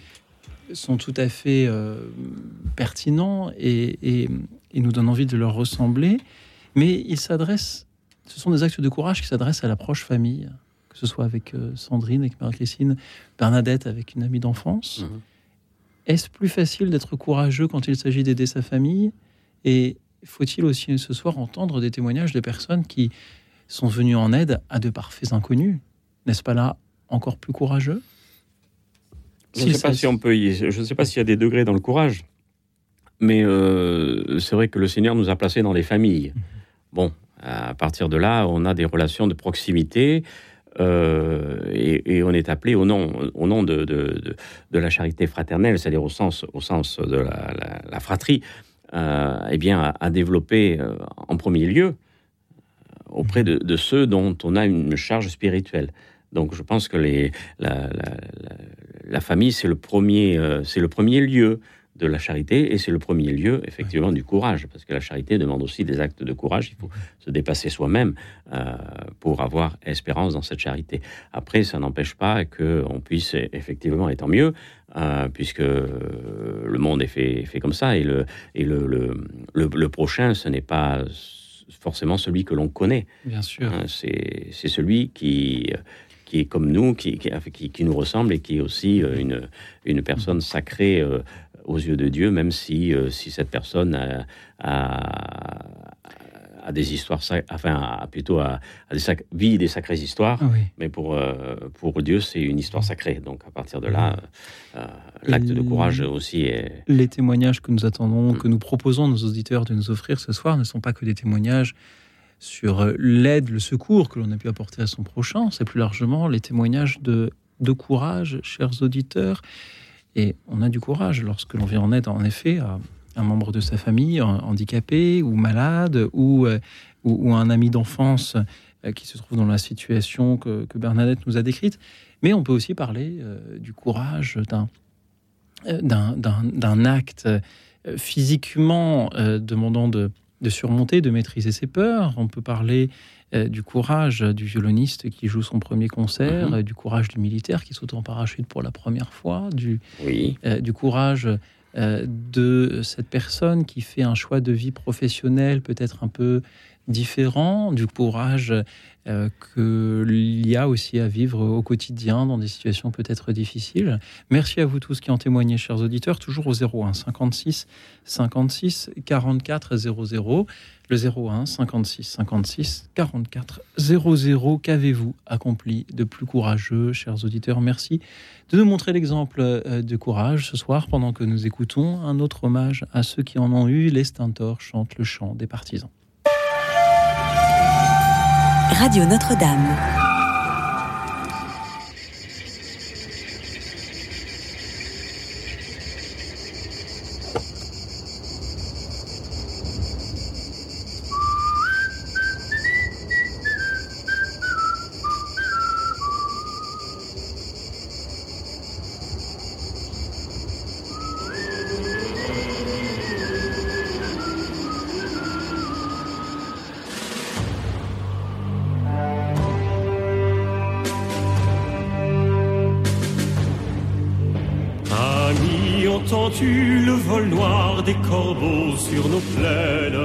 pertinents et nous donnent envie de leur ressembler. Mais ce sont des actes de courage qui s'adressent à la proche famille, que ce soit avec Sandrine, avec Marie-Christine, Bernadette, avec une amie d'enfance. Est-ce plus facile d'être courageux quand il s'agit d'aider sa famille? Et faut-il aussi ce soir entendre des témoignages de personnes qui sont venues en aide à de parfaits inconnus? N'est-ce pas là encore plus courageux? Je ne sais pas s'il y a des degrés dans le courage, mais c'est vrai que le Seigneur nous a placés dans des familles. Bon, à partir de là, on a des relations de proximité. Et on est appelé au nom de la charité fraternelle, c'est-à-dire au sens de la fratrie, à développer en premier lieu auprès de ceux dont on a une charge spirituelle. Donc je pense que la famille, c'est le premier lieu de la charité, et c'est le premier lieu, effectivement, du courage, parce que la charité demande aussi des actes de courage. Il faut se dépasser soi-même pour avoir espérance dans cette charité. Après, ça n'empêche pas qu'on puisse, effectivement, et tant mieux, puisque le monde est fait comme ça, et le prochain, ce n'est pas forcément celui que l'on connaît. Bien sûr. C'est celui qui est comme nous, qui nous ressemble, et qui est aussi une personne sacrée aux yeux de Dieu, même si cette personne a des histoires, vit des sacrées histoires, mais pour Dieu, c'est une histoire sacrée. Donc à partir de là, l'acte de courage aussi est... Les témoignages que nous attendons, que nous proposons à nos auditeurs de nous offrir ce soir, ne sont pas que des témoignages sur l'aide, le secours que l'on a pu apporter à son prochain, c'est plus largement les témoignages de courage, chers auditeurs. Et on a du courage lorsque l'on vient en aide, en effet, à un membre de sa famille handicapé ou malade, ou un ami d'enfance qui se trouve dans la situation que Bernadette nous a décrite. Mais on peut aussi parler du courage d'un acte physiquement demandant de surmonter, de maîtriser ses peurs. On peut parler du courage du violoniste qui joue son premier concert, du courage du militaire qui saute en parachute pour la première fois, du courage de cette personne qui fait un choix de vie professionnelle peut-être un peu différent, du courage qu'il y a aussi à vivre au quotidien dans des situations peut-être difficiles. Merci à vous tous qui en témoignez, chers auditeurs, toujours au 01 56 56 44 00. Le 01 56 56 44 00. Qu'avez-vous accompli de plus courageux, chers auditeurs? Merci de nous montrer l'exemple de courage ce soir, pendant que nous écoutons un autre hommage à ceux qui en ont eu. Les Stentors chantent le chant des partisans. Radio Notre-Dame. Entends-tu le vol noir des corbeaux sur nos plaines?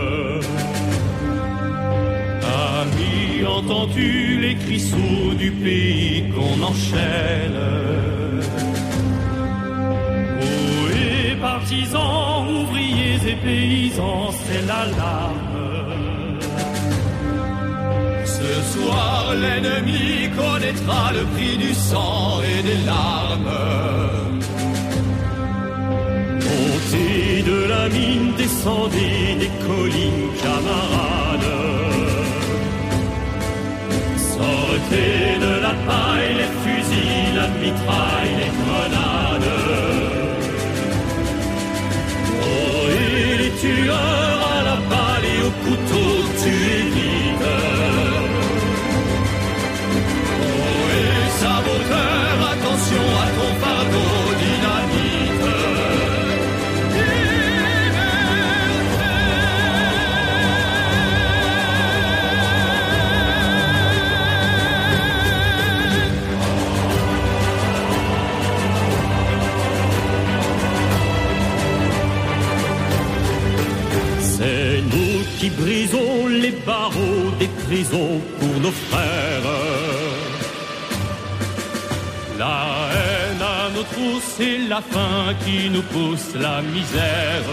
Ami, entends-tu les cris sourds du pays qu'on enchaîne? Ohé, partisans, ouvriers et paysans, c'est l'alarme. Ce soir, l'ennemi connaîtra le prix du sang et des larmes. Montez de la mine, descendez des collines, camarades. Sortez de la paille, les fusils, la mitraille, les grenades. Oh, et les tueurs à la balle et au couteau, tuez vite. Oh, et saboteur, attention à ton fardeau, dynamite. Qui brisons les barreaux des prisons pour nos frères. La haine à nos trousses, c'est la faim qui nous pousse la misère.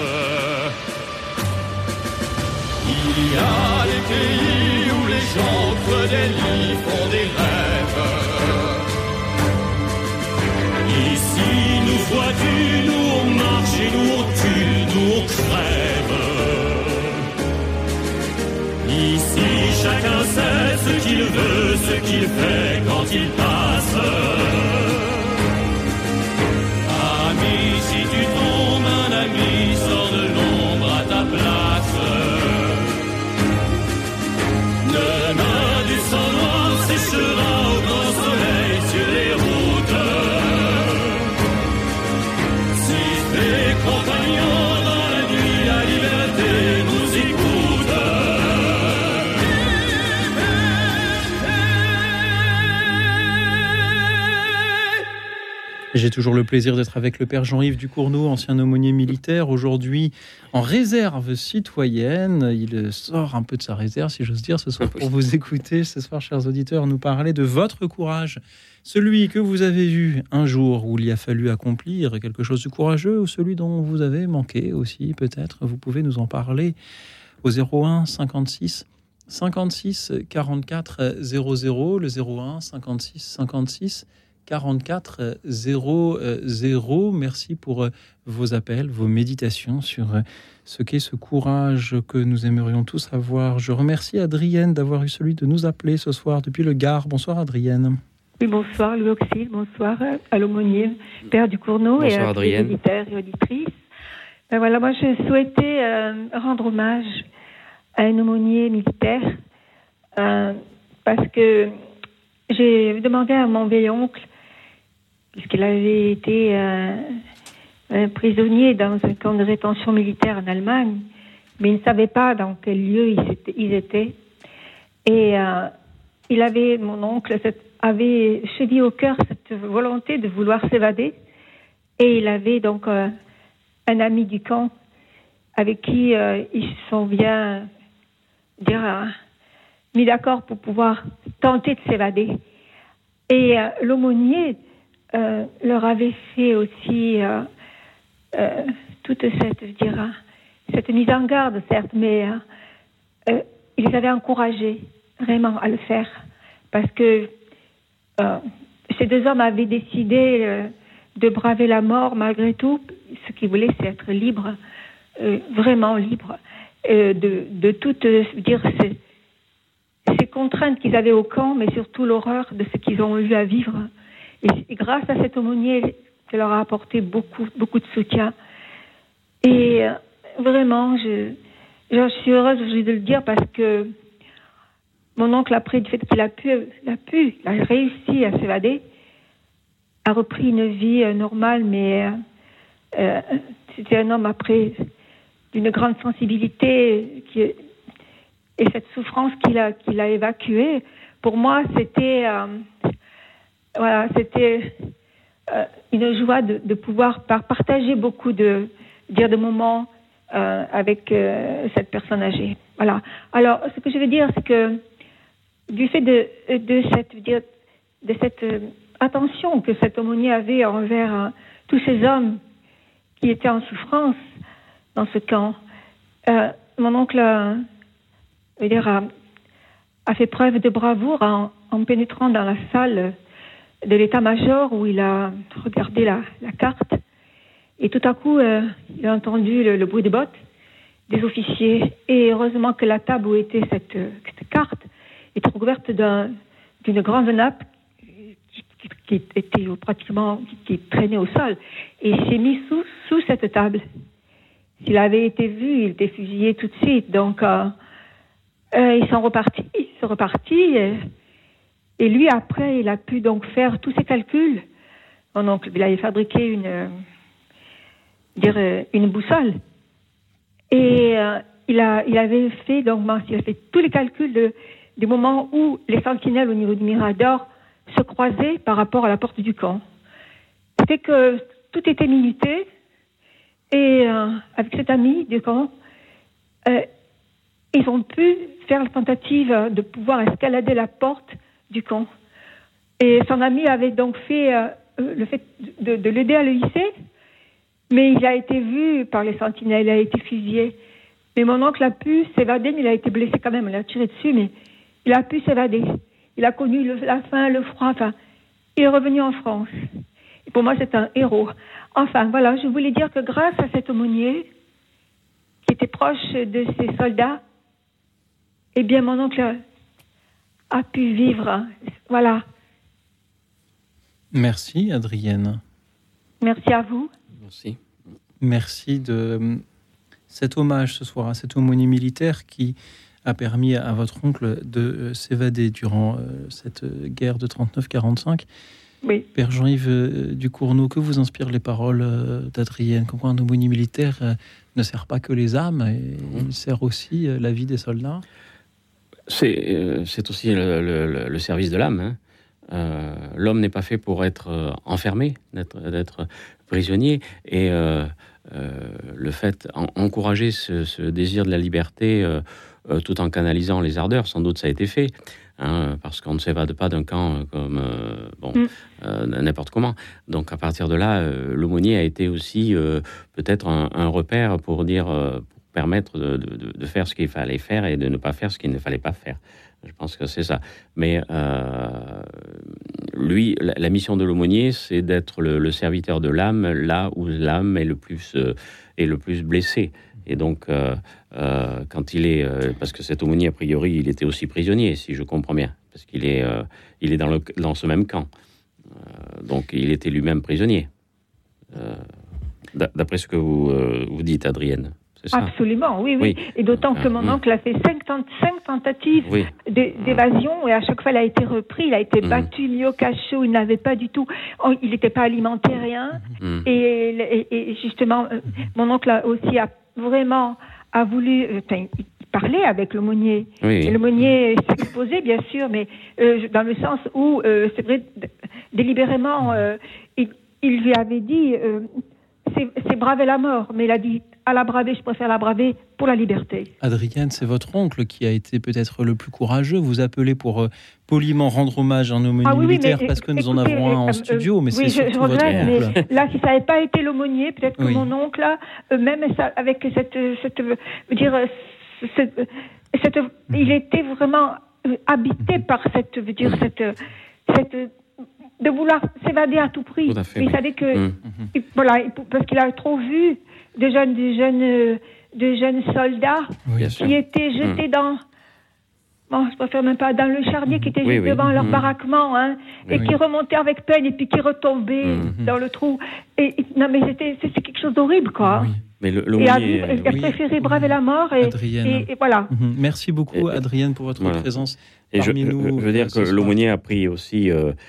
Il y a des pays où les gens creux des lits font des rêves. Ici, nous vois-tu, nous on marche et nous on tue, nous on crève. Ici, chacun sait ce qu'il veut, ce qu'il fait quand il passe. Ami, si tu tombes, un ami sort de l'ombre à ta place. Demain, du sang noir séchera au grand soleil. J'ai toujours le plaisir d'être avec le père Jean-Yves Ducournau, ancien aumônier militaire, aujourd'hui en réserve citoyenne. Il sort un peu de sa réserve, si j'ose dire, ce soir pour vous écouter. Ce soir, chers auditeurs, nous parler de votre courage. Celui que vous avez vu un jour où il y a fallu accomplir quelque chose de courageux, ou celui dont vous avez manqué aussi, peut-être. Vous pouvez nous en parler au 01 56 56 44 00, le 01 56 56 44 00. Merci pour vos appels, vos méditations sur ce qu'est ce courage que nous aimerions tous avoir. Je remercie Adrienne d'avoir eu celui de nous appeler ce soir depuis le Gard. Bonsoir Adrienne. Oui, bonsoir Louis Auxil, bonsoir à l'aumônier Père Ducournau et à tous les auditeurs et auditrices. Voilà, moi je souhaitais rendre hommage à un aumônier militaire parce que j'ai demandé à mon vieil oncle, puisqu'il avait été prisonnier dans un camp de rétention militaire en Allemagne, mais il ne savait pas dans quel lieu ils étaient. Et mon oncle avait chevillé au cœur cette volonté de vouloir s'évader. Et il avait donc un ami du camp avec qui ils se sont bien mis d'accord pour pouvoir tenter de s'évader. Et l'aumônier leur avait fait aussi toute cette mise en garde, certes, mais il les avait encouragés vraiment à le faire, parce que ces deux hommes avaient décidé de braver la mort malgré tout. Ce qu'ils voulaient, c'est être libres, vraiment libres, de toutes ces contraintes qu'ils avaient au camp, mais surtout l'horreur de ce qu'ils ont eu à vivre. Et grâce à cet aumônier, ça leur a apporté beaucoup, beaucoup de soutien. Et vraiment, je suis heureuse de le dire, parce que mon oncle, après du fait qu'il a réussi à s'évader, a repris une vie normale, mais c'était un homme après d'une grande sensibilité et cette souffrance qu'il a évacuée. Pour moi, c'était une joie de pouvoir partager beaucoup de moments avec cette personne âgée. Voilà. Alors, ce que je veux dire, c'est que du fait de cette attention que cet aumônier avait envers tous ces hommes qui étaient en souffrance dans ce camp, mon oncle a fait preuve de bravoure en pénétrant dans la salle de l'état-major où il a regardé la carte, et tout à coup il a entendu le bruit des bottes des officiers, et heureusement que la table où était cette carte était recouverte d'une grande nappe qui était pratiquement qui traînait au sol, et il s'est mis sous cette table. S'il avait été vu, il était fusillé tout de suite. Donc ils sont repartis, et lui après il a pu donc faire tous ses calculs. Mon oncle, il avait fabriqué une boussole, et il avait fait tous les calculs du moment où les sentinelles au niveau du Mirador se croisaient par rapport à la porte du camp. C'était que tout était minuté, et avec cet ami du camp, ils ont pu faire la tentative de pouvoir escalader la porte du camp. Et son ami avait donc fait le fait de l'aider à le hisser, mais il a été vu par les sentinelles, il a été fusillé. Mais mon oncle a pu s'évader, mais il a été blessé quand même, on l'a tiré dessus, mais il a pu s'évader. Il a connu la faim, le froid, il est revenu en France. Et pour moi, c'est un héros. Enfin, voilà, je voulais dire que grâce à cet aumônier, qui était proche de ces soldats, eh bien, mon oncle a pu vivre. Voilà. Merci, Adrienne. Merci à vous. Merci. Merci de cet hommage ce soir à cet aumônier militaire qui a permis à votre oncle de s'évader durant cette guerre de 39-45. Oui. Père Jean-Yves Ducournau, que vous inspirent les paroles d'Adrienne? Comme quoi un aumônier militaire ne sert pas que les âmes, il sert aussi la vie des soldats. C'est aussi le service de l'âme. l'homme n'est pas fait pour être enfermé, d'être prisonnier. Et le fait d'encourager ce désir de la liberté tout en canalisant les ardeurs, sans doute ça a été fait. Parce qu'on ne s'évade pas d'un camp comme n'importe comment. Donc à partir de là, l'aumônier a été aussi peut-être un repère pour permettre de faire ce qu'il fallait faire et de ne pas faire ce qu'il ne fallait pas faire. Je pense que c'est ça. Mais lui, la mission de l'aumônier, c'est d'être le serviteur de l'âme, là où l'âme est le plus blessée. Et donc, quand il est... parce que cet aumônier, a priori, il était aussi prisonnier, si je comprends bien. Parce qu'il est dans ce même camp. Donc, il était lui-même prisonnier. D'après ce que vous dites, Adrienne. C'est ça? Absolument, oui. Et d'autant que mon oncle a fait 5 tentatives d'évasion, et à chaque fois, il a été repris, il a été battu, mis au cachot, il n'avait pas du tout... il n'était pas alimenté, rien. Et justement, mon oncle aussi a voulu parler avec l'aumônier. Et l'aumônier s'exposait, bien sûr, mais dans le sens où, c'est vrai, délibérément, il lui avait dit, c'est braver la mort, mais il a dit, à la braver, je préfère la braver pour la liberté. Adrienne, c'est votre oncle qui a été peut-être le plus courageux. Vous appelez pour poliment rendre hommage à un aumônier militaire parce que nous en avons un en studio, mais c'est surtout votre oncle. Mais là, si ça n'avait pas été l'aumônier, peut-être que mon oncle, même ça, avec il était vraiment habité par de vouloir s'évader à tout prix. Il savait que, parce qu'il a trop vu de jeunes soldats qui étaient jetés je préfère même pas, dans le charnier qui était juste devant leur baraquement, et qui remontaient avec peine et puis qui retombaient dans le trou. Et non, mais c'est quelque chose d'horrible, quoi. Mais il a préféré braver la mort et voilà. Merci beaucoup, Adrienne, pour votre présence parmi nous. Je veux dire que l'aumônier a pris aussi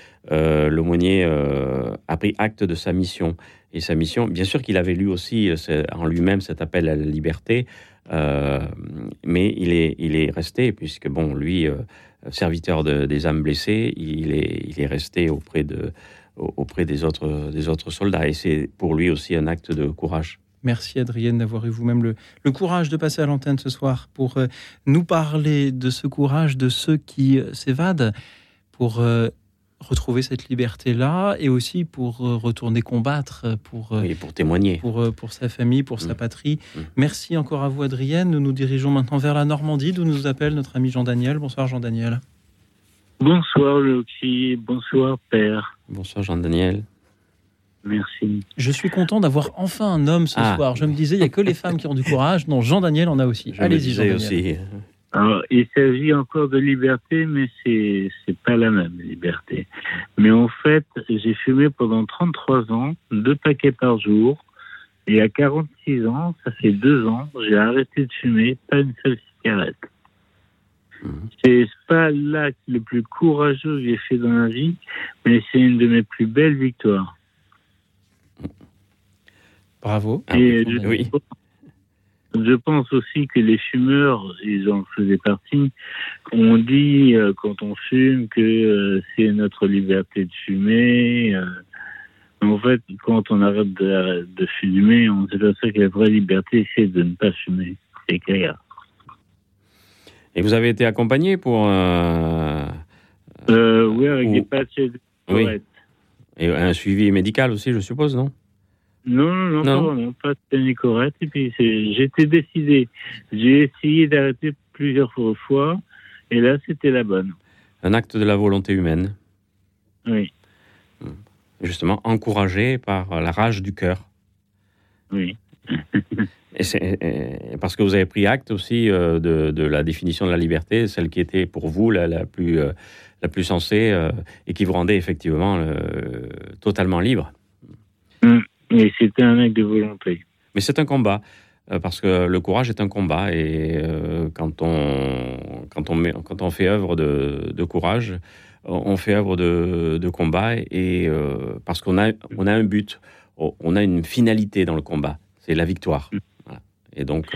a pris acte de sa mission. Et sa mission, bien sûr qu'il avait lu aussi en lui-même cet appel à la liberté, mais il est resté, puisque lui, serviteur des âmes blessées, il est resté auprès des autres soldats. Et c'est pour lui aussi un acte de courage. Merci Adrienne d'avoir eu vous-même le courage de passer à l'antenne ce soir pour nous parler de ce courage de ceux qui s'évadent, pour retrouver cette liberté-là et aussi pour retourner combattre, pour témoigner, pour sa famille, pour sa patrie. Merci encore à vous Adrienne. Nous nous dirigeons maintenant vers la Normandie, d'où nous appelle notre ami Jean-Daniel. Bonsoir Jean-Daniel. Bonsoir Loxy, bonsoir Père. Bonsoir Jean-Daniel. Merci. Je suis content d'avoir enfin un homme ce soir. Je me disais, il n'y a que les femmes qui ont du courage. Non, Jean-Daniel en a aussi. Allez-y Jean-Daniel. Aussi. Alors, il s'agit encore de liberté, mais c'est pas la même liberté. Mais en fait, j'ai fumé pendant 33 ans, 2 paquets par jour. Et à 46 ans, ça fait 2 ans, j'ai arrêté de fumer, pas une seule cigarette. C'est pas l'acte le plus courageux que j'ai fait dans la vie, mais c'est une de mes plus belles victoires. Bravo. Et je pense aussi que les fumeurs, ils en faisaient partie, on dit quand on fume que c'est notre liberté de fumer. En fait, quand on arrête de fumer, on sait ça que la vraie liberté, c'est de ne pas fumer. C'est clair. Et vous avez été accompagné pour... oui, avec des patchs de cigarettes. Et un suivi médical aussi, je suppose, non ? Non, pas vraiment, pas de nicorette. Et puis j'étais décidé. J'ai essayé d'arrêter plusieurs fois, et là c'était la bonne. Un acte de la volonté humaine. Oui. Justement, encouragé par la rage du cœur. Oui. Et parce que vous avez pris acte aussi de la définition de la liberté, celle qui était pour vous la plus sensée et qui vous rendait effectivement totalement libre. Et c'était un acte de volonté. Mais c'est un combat, parce que le courage est un combat. Et quand on fait œuvre de courage, on fait œuvre de combat. Et parce qu'on a un but, on a une finalité dans le combat, c'est la victoire. Voilà. Et donc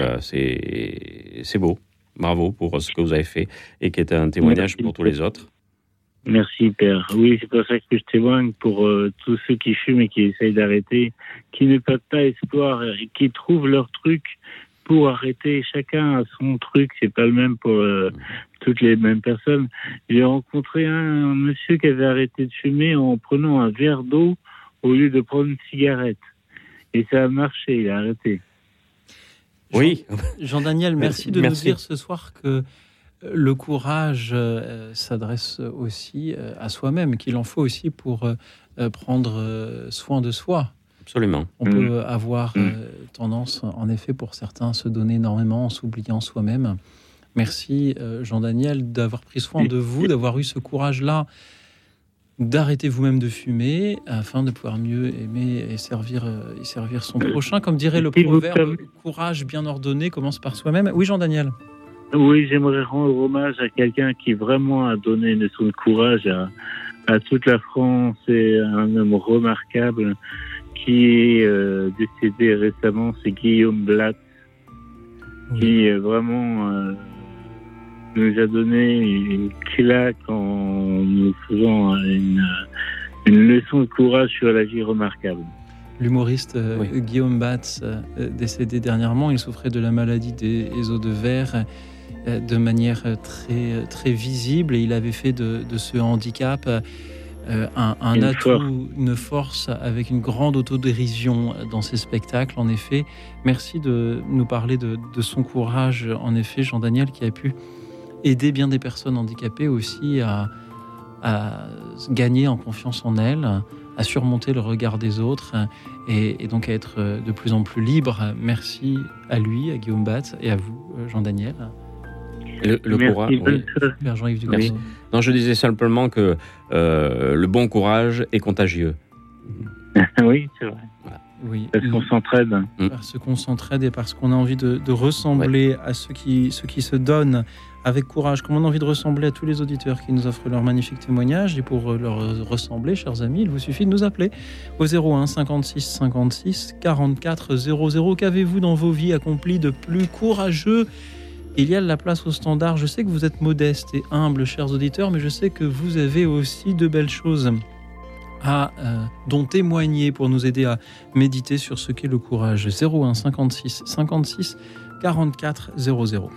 c'est beau. Bravo pour ce que vous avez fait et qui est un témoignage pour tous les autres. Merci, Père. Oui, c'est pour ça que je témoigne pour tous ceux qui fument et qui essayent d'arrêter, qui ne perdent pas espoir et qui trouvent leur truc pour arrêter. Chacun a son truc, c'est pas le même pour toutes les mêmes personnes. J'ai rencontré un monsieur qui avait arrêté de fumer en prenant un verre d'eau au lieu de prendre une cigarette. Et ça a marché, il a arrêté. Oui. Jean-Daniel, merci de nous dire ce soir que le courage s'adresse aussi à soi-même, qu'il en faut aussi pour prendre soin de soi. Absolument. On peut avoir tendance, en effet, pour certains, à se donner énormément en s'oubliant soi-même. Merci, Jean-Daniel, d'avoir pris soin de vous, d'avoir eu ce courage-là, d'arrêter vous-même de fumer, afin de pouvoir mieux aimer et servir son prochain. Comme dirait le proverbe, courage bien ordonné commence par soi-même. Oui, Jean-Daniel. Oui, j'aimerais rendre hommage à quelqu'un qui vraiment a donné une leçon de courage à toute la France, et un homme remarquable qui est décédé récemment, c'est Guillaume Blatt, qui vraiment nous a donné une claque en nous faisant une leçon de courage sur la vie remarquable. L'humoriste Guillaume Batz, décédé dernièrement, il souffrait de la maladie des os de verre de manière très, très visible, et il avait fait de ce handicap un atout, une force, avec une grande autodérision dans ses spectacles. En effet, merci de nous parler de son courage, en effet, Jean-Daniel, qui a pu aider bien des personnes handicapées aussi à gagner en confiance en elles, à surmonter le regard des autres et donc à être de plus en plus libre. Merci à lui, à Guillaume Batz, et à vous, Jean-Daniel. Le courage. Père Jean-Yves Ducorneau. Non, je disais simplement que le bon courage est contagieux. Oui, c'est vrai. Voilà. Oui. Parce qu'on s'entraide. Parce qu'on s'entraide et parce qu'on a envie de ressembler à ceux qui se donnent avec courage, comme on a envie de ressembler à tous les auditeurs qui nous offrent leur magnifique témoignage. Et pour leur ressembler, chers amis, il vous suffit de nous appeler au 01 56 56 44 00. Qu'avez-vous dans vos vies accompli de plus courageux ? Il y a de la place au standard. Je sais que vous êtes modestes et humbles, chers auditeurs, mais je sais que vous avez aussi de belles choses dont témoigner pour nous aider à méditer sur ce qu'est le courage. 01 56 56 44 00.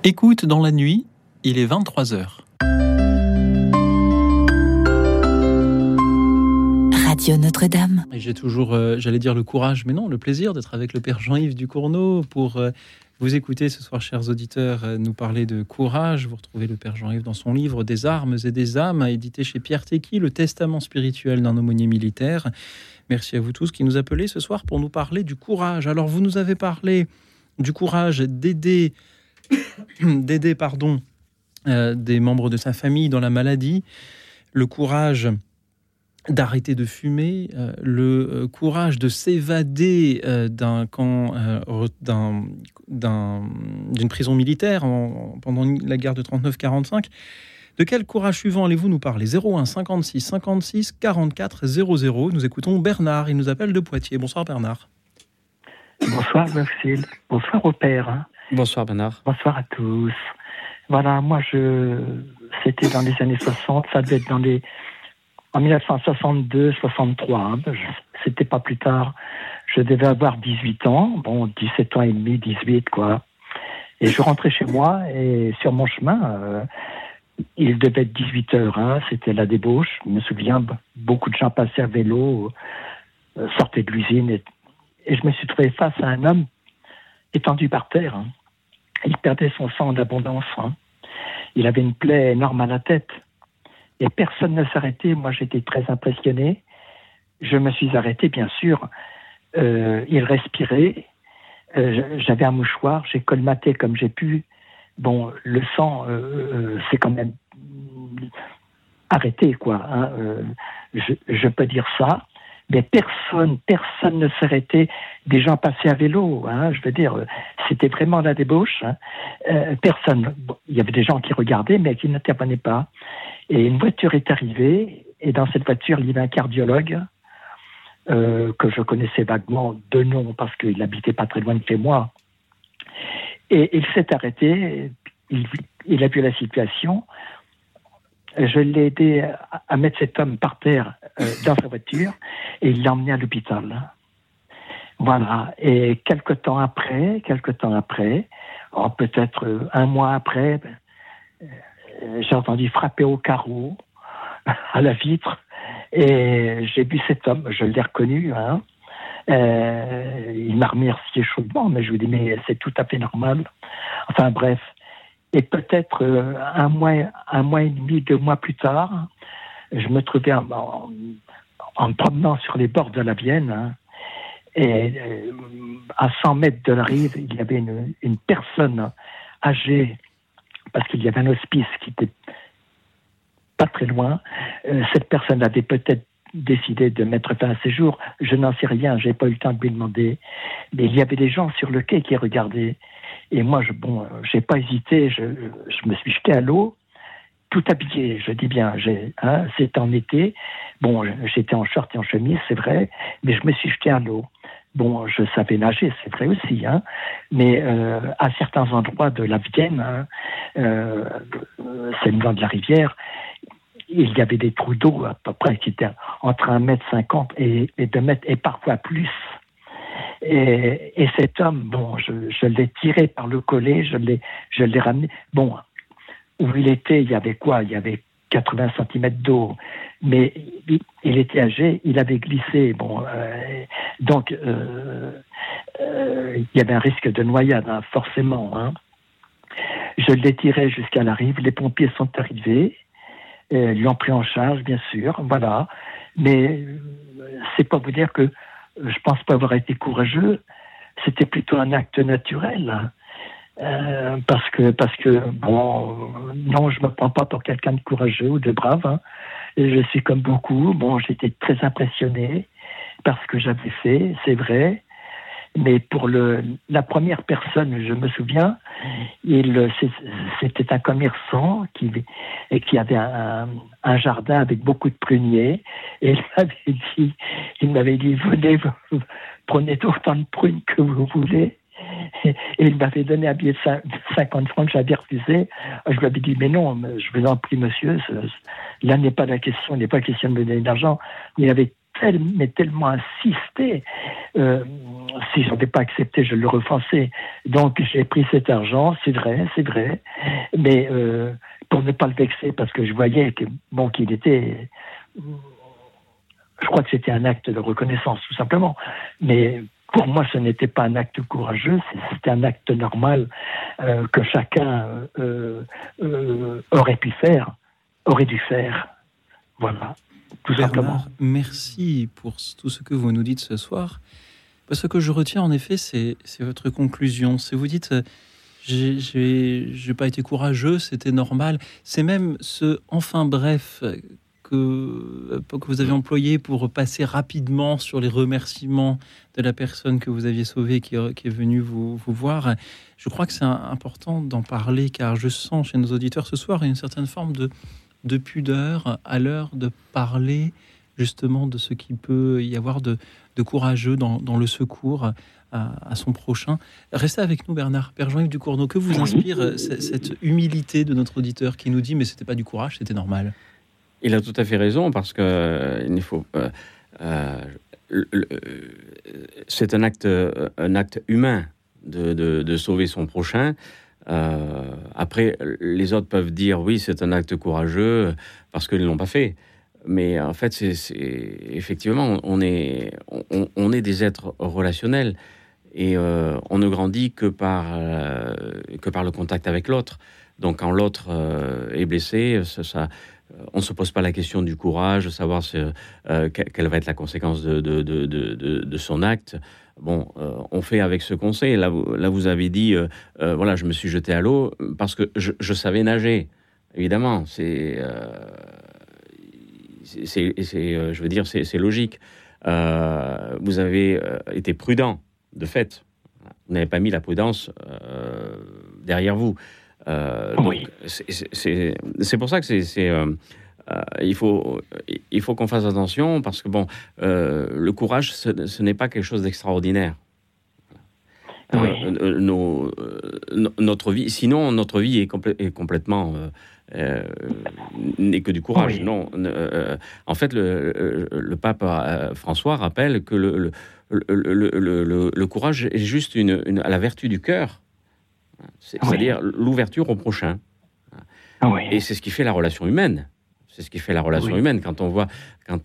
Écoute dans la nuit, il est 23h. Radio Notre-Dame. Et j'ai toujours, j'allais dire le courage, mais non, le plaisir d'être avec le Père Jean-Yves Ducournau pour vous écouter ce soir, chers auditeurs, nous parler de courage. Vous retrouvez le Père Jean-Yves dans son livre « Des armes et des âmes », édité chez Pierre Tecky, le testament spirituel d'un aumônier militaire. Merci à vous tous qui nous appelez ce soir pour nous parler du courage. Alors, vous nous avez parlé du courage d'aider des membres de sa famille dans la maladie, le courage d'arrêter de fumer, le courage de s'évader d'un camp, d'une prison militaire pendant la guerre de 39-45. De quel courage suivant allez-vous nous parler ? 01 56 56 44 00. Nous écoutons Bernard, il nous appelle de Poitiers. Bonsoir Bernard. Bonsoir Maxime. Bonsoir au père. Bonsoir Bernard. Bonsoir à tous. Voilà, moi c'était dans les années 60, ça devait être en 1962-63, c'était pas plus tard. Je devais avoir 18 ans, 17 ans et demi, 18 quoi. Et je rentrais chez moi et sur mon chemin, il devait être 18 heures, c'était la débauche. Je me souviens, beaucoup de gens passaient à vélo, sortaient de l'usine et je me suis trouvé face à un homme étendu par terre. Il perdait son sang en abondance. Il avait une plaie énorme à la tête. Et personne ne s'arrêtait. Moi, j'étais très impressionné. Je me suis arrêté, bien sûr. Il respirait. J'avais un mouchoir. J'ai colmaté comme j'ai pu. Bon, le sang, c'est quand même arrêté, quoi. Je peux dire ça. Mais personne ne s'arrêtait. Des gens passaient à vélo, je veux dire, c'était vraiment la débauche. Personne. Il y avait des gens qui regardaient, mais qui n'intervenaient pas. Et une voiture est arrivée, et dans cette voiture, il y avait un cardiologue que je connaissais vaguement de nom, parce qu'il habitait pas très loin de chez moi. Et il s'est arrêté, il a vu la situation. Je l'ai aidé à mettre cet homme par terre dans sa voiture et il l'a emmené à l'hôpital. Voilà. Et quelque temps après, peut-être un mois après, j'ai entendu frapper au carreau, à la vitre, et j'ai vu cet homme, je l'ai reconnu. Il m'a remercié chaudement, mais je lui ai dit, mais c'est tout à fait normal. Enfin bref. Et peut-être un mois et demi, 2 mois plus tard, je me trouvais en me promenant sur les bords de la Vienne, et à 100 mètres de la rive, il y avait une personne âgée, parce qu'il y avait un hospice qui était pas très loin. Cette personne avait peut-être décidé de mettre fin à ses jours. Je n'en sais rien, j'ai pas eu le temps de lui demander. Mais il y avait des gens sur le quai qui regardaient. Et moi, j'ai pas hésité, je me suis jeté à l'eau, tout habillé, je dis bien, c'était en été. Bon, j'étais en short et en chemise, c'est vrai, mais je me suis jeté à l'eau. Bon, je savais nager, c'est vrai aussi, mais à certains endroits de la Vienne, c'est le long de la rivière, il y avait des trous d'eau à peu près qui étaient entre 1,50 m et 2 mètres, et parfois plus. Et cet homme, je l'ai tiré par le collet, je l'ai ramené. Bon, où il était, il y avait quoi ? Il y avait 80 cm d'eau, mais il était âgé, il avait glissé. Donc, il y avait un risque de noyade, forcément. Je l'ai tiré jusqu'à la rive, les pompiers sont arrivés, l'ont pris en charge, bien sûr, voilà. Mais c'est pas vous dire que je pense pas avoir été courageux, c'était plutôt un acte naturel. Parce que non, je me prends pas pour quelqu'un de courageux ou de brave. Et je suis comme beaucoup. J'étais très impressionné par ce que j'avais fait, c'est vrai. Mais pour la première personne, je me souviens, c'était un commerçant qui avait un jardin avec beaucoup de pruniers. Et il m'avait dit, venez, prenez autant de prunes que vous voulez. Et il m'avait donné un billet de 50 francs que j'avais refusé. Je lui avais dit, mais non, je vous en prie, monsieur, là n'est pas la question, il n'est pas question de me donner de l'argent. Il avait tellement insisté. Si je n'avais pas accepté, je le refonçais. Donc j'ai pris cet argent, c'est vrai, mais pour ne pas le vexer, parce que je voyais qu'il était... Je crois que c'était un acte de reconnaissance, tout simplement. Mais pour moi, ce n'était pas un acte courageux, c'était un acte normal que chacun aurait dû faire. Voilà, tout simplement. Merci pour tout ce que vous nous dites ce soir. Parce que ce que je retiens, en effet, c'est votre conclusion. C'est vous dites, j'ai pas été courageux, c'était normal. C'est même ce « enfin bref » que vous avez employé pour passer rapidement sur les remerciements de la personne que vous aviez sauvée, qui est venue vous voir. Je crois que c'est important d'en parler, car je sens chez nos auditeurs ce soir une certaine forme de pudeur à l'heure de parler justement de ce qu'il peut y avoir de courageux dans le secours à son prochain. Restez avec nous, Bernard. Père Jean-Yves Ducournau, que vous inspire cette humilité de notre auditeur qui nous dit « mais c'était pas du courage, c'était normal ». Il a tout à fait raison, parce que il faut. C'est un acte humain de sauver son prochain. Après, les autres peuvent dire oui, c'est un acte courageux parce qu'ils ne l'ont pas fait. Mais en fait, c'est effectivement, on est des êtres relationnels, et on ne grandit que par le contact avec l'autre. Donc, quand l'autre est blessé, on ne se pose pas la question du courage, de savoir quelle va être la conséquence de son acte. Bon, on fait avec ce qu'on sait. Là, vous avez dit, voilà, je me suis jeté à l'eau parce que je savais nager. Évidemment, c'est logique. Vous avez été prudent, de fait. Vous n'avez pas mis la prudence derrière vous. Oui. C'est pour ça que il faut qu'on fasse attention, parce que le courage, ce n'est pas quelque chose d'extraordinaire. Oui. Notre vie, sinon notre vie est complètement n'est que du courage. Oui. Non, en fait, le pape François rappelle que le courage est juste la vertu du cœur. C'est-à-dire l'ouverture au prochain. Oui. Et c'est ce qui fait la relation humaine. C'est ce qui fait la relation humaine. Quand on voit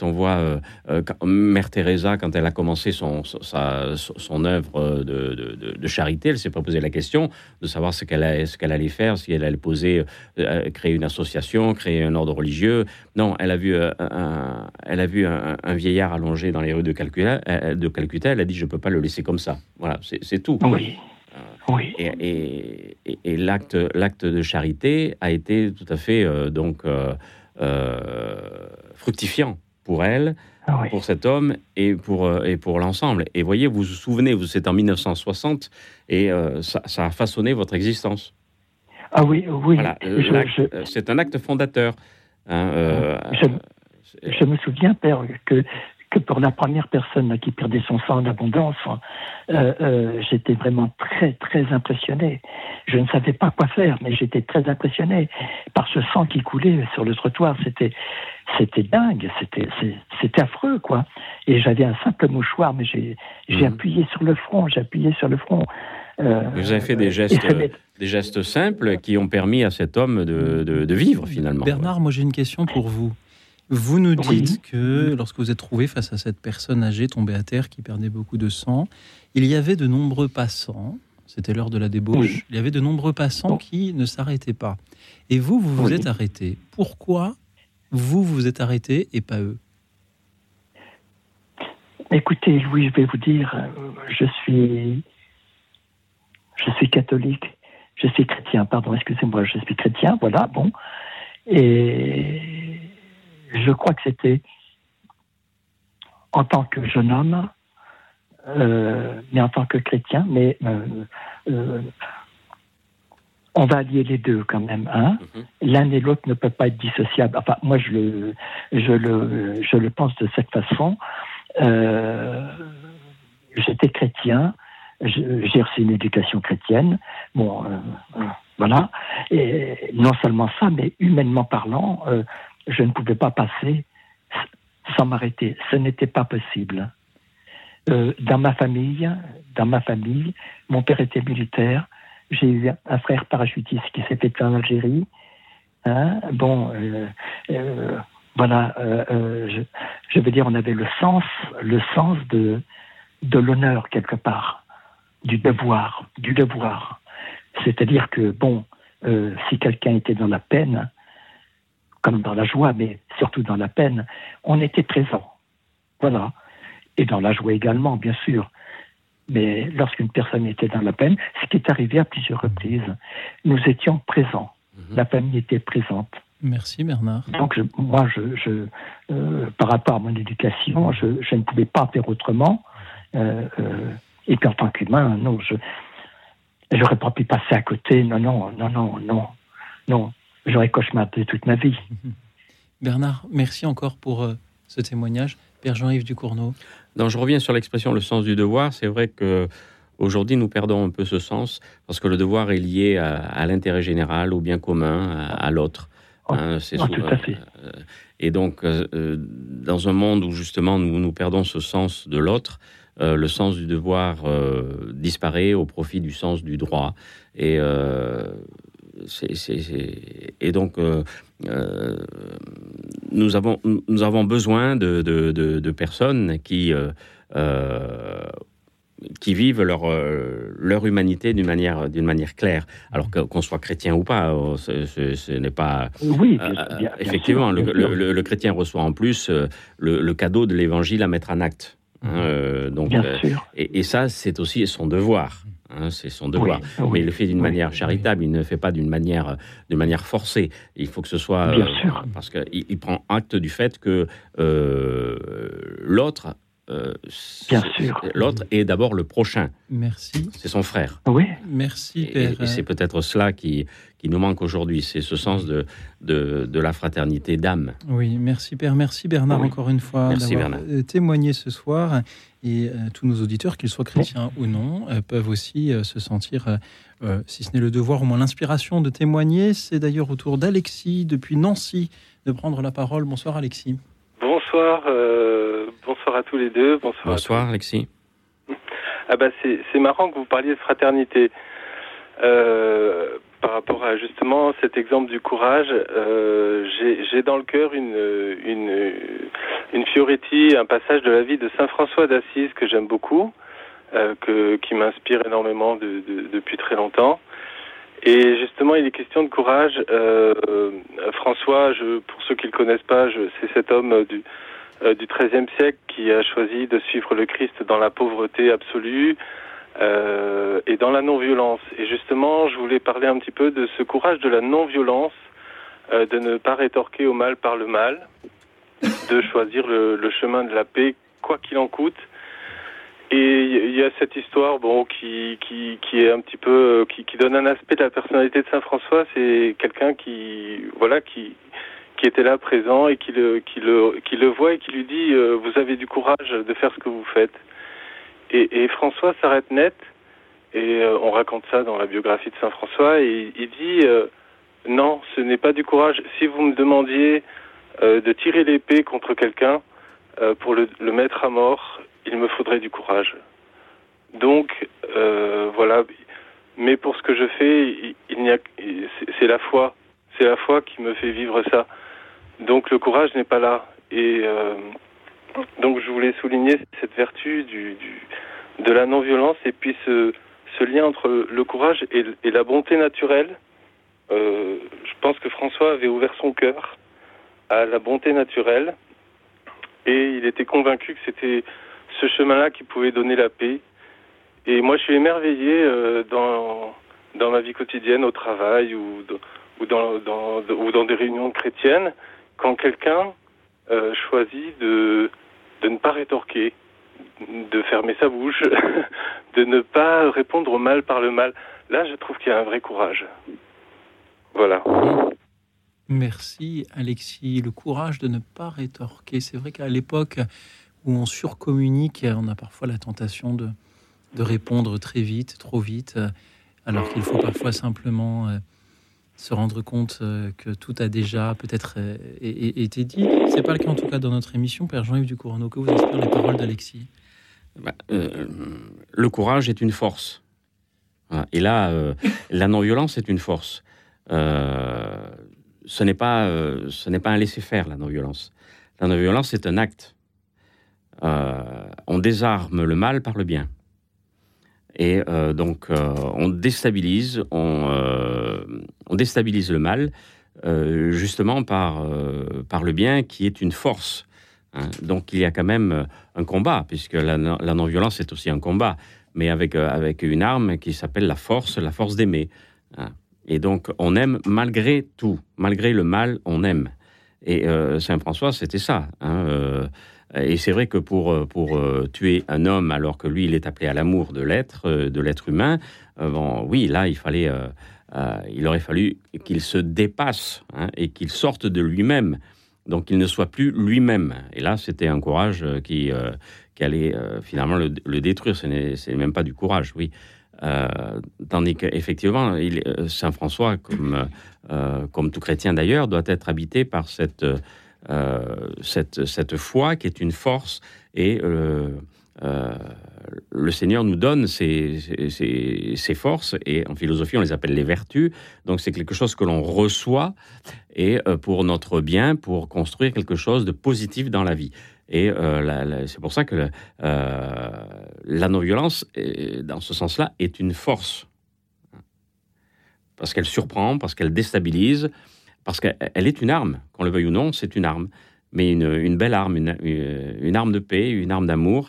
Mère Teresa, quand elle a commencé son œuvre de charité, elle ne s'est pas posé la question de savoir ce qu'elle allait faire, si elle allait créer une association, créer un ordre religieux. Non, elle a vu un vieillard allongé dans les rues de Calcutta. Elle a dit, je ne peux pas le laisser comme ça. Voilà, c'est tout. Oui. Oui. Et l'acte de charité a été tout à fait fructifiant pour elle, pour cet homme et pour l'ensemble. Et voyez, vous vous souvenez, c'est en 1960 et ça a façonné votre existence. Ah oui. Voilà, c'est un acte fondateur. Je me souviens, Père, que pour la première personne qui perdait son sang en abondance, j'étais vraiment très, très impressionné. Je ne savais pas quoi faire, mais j'étais très impressionné par ce sang qui coulait sur le trottoir. C'était dingue, c'était affreux, quoi. Et j'avais un simple mouchoir, mais j'ai appuyé sur le front, Vous avez fait des gestes simples qui ont permis à cet homme de vivre, finalement. Bernard, moi j'ai une question pour vous. Vous nous dites que lorsque vous êtes trouvé face à cette personne âgée tombée à terre qui perdait beaucoup de sang, il y avait de nombreux passants, c'était l'heure de la débauche, il y avait de nombreux passants qui ne s'arrêtaient pas. Et vous vous êtes arrêté. Pourquoi vous êtes arrêté et pas eux ? Écoutez, Louis, je vais vous dire, je suis catholique, je suis chrétien, je suis chrétien, voilà, bon. Et je crois que c'était en tant que jeune homme, mais en tant que chrétien, mais on va allier les deux quand même. Hein. L'un et l'autre ne peuvent pas être dissociables. Enfin, moi, je le pense de cette façon. J'étais chrétien, j'ai reçu une éducation chrétienne. Bon, voilà. Et non seulement ça, mais humainement parlant, je ne pouvais pas passer sans m'arrêter. Ce n'était pas possible. Dans ma famille, mon père était militaire. J'ai eu un frère parachutiste qui s'est fait en Algérie. Voilà. Je veux dire, on avait le sens de l'honneur quelque part, du devoir. C'est-à-dire que si quelqu'un était dans la peine, comme dans la joie, mais surtout dans la peine, on était présent. Voilà. Et dans la joie également, bien sûr. Mais lorsqu'une personne était dans la peine, ce qui est arrivé à plusieurs reprises, nous étions présents. La famille était présente. Merci Bernard. Donc moi, par rapport à mon éducation, je ne pouvais pas faire autrement. Et puis en tant qu'humain, non, j'aurais pas pu passer à côté. Non. J'aurais cauchemardé toute ma vie. Bernard, merci encore pour ce témoignage. Père Jean-Yves Ducournau. Donc, je reviens sur l'expression le sens du devoir. C'est vrai qu'aujourd'hui, nous perdons un peu ce sens parce que le devoir est lié à l'intérêt général, au bien commun, à l'autre. Tout à fait. Et donc, dans un monde où justement nous perdons ce sens de l'autre, le sens du devoir disparaît au profit du sens du droit. Et donc, nous avons besoin de personnes qui vivent leur humanité d'une manière claire. Alors qu'on soit chrétien ou pas, ce n'est pas... Oui, effectivement, bien sûr. Le chrétien reçoit en plus le cadeau de l'évangile à mettre en acte. Donc, bien sûr. Et ça, c'est aussi son devoir. C'est son devoir. Mais il le fait d'une manière charitable, il ne le fait pas d'une manière forcée. Il faut que ce soit... Bien sûr. Parce qu'il prend acte du fait que l'autre... bien sûr. L'autre est d'abord le prochain. Merci. C'est son frère. Oui. Merci, Père. Et c'est peut-être cela qui nous manque aujourd'hui. C'est ce sens de la fraternité d'âme. Oui, merci, Père. Merci, Bernard, encore une fois, merci, d'avoir témoigné ce soir. Et tous nos auditeurs, qu'ils soient chrétiens ou non, peuvent aussi se sentir, si ce n'est le devoir, au moins l'inspiration de témoigner. C'est d'ailleurs au tour d'Alexis, depuis Nancy, de prendre la parole. Bonsoir, Alexis. Bonsoir à tous les deux. Bonsoir Alexis. C'est marrant que vous parliez de fraternité. Par rapport à justement cet exemple du courage, j'ai dans le cœur une Fioretti, un passage de la vie de Saint François d'Assise que j'aime beaucoup, qui m'inspire énormément depuis très longtemps. Et justement, il est question de courage. François, pour ceux qui ne le connaissent pas, c'est cet homme du XIIIe siècle qui a choisi de suivre le Christ dans la pauvreté absolue et dans la non-violence. Et justement, je voulais parler un petit peu de ce courage de la non-violence, de ne pas rétorquer au mal par le mal, de choisir le chemin de la paix, quoi qu'il en coûte. Et il y a cette histoire, qui est un petit peu, qui donne un aspect de la personnalité de Saint François. C'est quelqu'un qui était là présent et qui le voit et qui lui dit vous avez du courage de faire ce que vous faites. Et François s'arrête net, et on raconte ça dans la biographie de Saint François, et il dit non, ce n'est pas du courage. Si vous me demandiez de tirer l'épée contre quelqu'un pour le mettre à mort, il me faudrait du courage. Donc voilà. Mais pour ce que je fais, c'est la foi. C'est la foi qui me fait vivre ça. Donc le courage n'est pas là. Et donc je voulais souligner cette vertu de la non-violence, et puis ce lien entre le courage et la bonté naturelle. Je pense que François avait ouvert son cœur à la bonté naturelle, et il était convaincu que c'était ce chemin-là qui pouvait donner la paix. Et moi, je suis émerveillé dans ma vie quotidienne, au travail ou dans des réunions chrétiennes, quand quelqu'un choisit de ne pas rétorquer, de fermer sa bouche, de ne pas répondre au mal par le mal. Là, je trouve qu'il y a un vrai courage. Voilà. Merci Alexis. Le courage de ne pas rétorquer. C'est vrai qu'à l'époque où on surcommunique, on a parfois la tentation de répondre très vite, trop vite, alors qu'il faut parfois simplement se rendre compte que tout a déjà peut-être été dit. C'est pas le cas en tout cas dans notre émission. Père Jean-Yves Ducournau, que vous inspirent les paroles d'Alexis? Le courage est une force. Voilà. Et là, la non-violence est une force. Ce n'est pas un laisser-faire, la non-violence. La non-violence, c'est un acte. On désarme le mal par le bien. Et donc, on déstabilise le mal, justement par le bien qui est une force. Hein. Donc, il y a quand même un combat, puisque la non-violence est aussi un combat, mais avec une arme qui s'appelle la force d'aimer. Hein. Et donc, on aime malgré tout, malgré le mal, on aime. Et Saint François, c'était ça. Hein. Et c'est vrai que pour tuer un homme, alors que lui, il est appelé à l'amour de l'être humain, oui, là, il aurait fallu qu'il se dépasse, hein, et qu'il sorte de lui-même. Donc, qu'il ne soit plus lui-même. Et là, c'était un courage qui allait finalement le détruire. Ce n'est même pas du courage, oui. Tandis qu'effectivement, Saint François, comme tout chrétien d'ailleurs, doit être habité par cette foi qui est une force, et le Seigneur nous donne ces forces, et en philosophie on les appelle les vertus. Donc c'est quelque chose que l'on reçoit, et pour notre bien, pour construire quelque chose de positif dans la vie. Et c'est pour ça que la non-violence, dans ce sens-là, est une force. Parce qu'elle surprend, parce qu'elle déstabilise, parce qu'elle est une arme. Qu'on le veuille ou non, c'est une arme. Mais une belle arme, une arme de paix, une arme d'amour.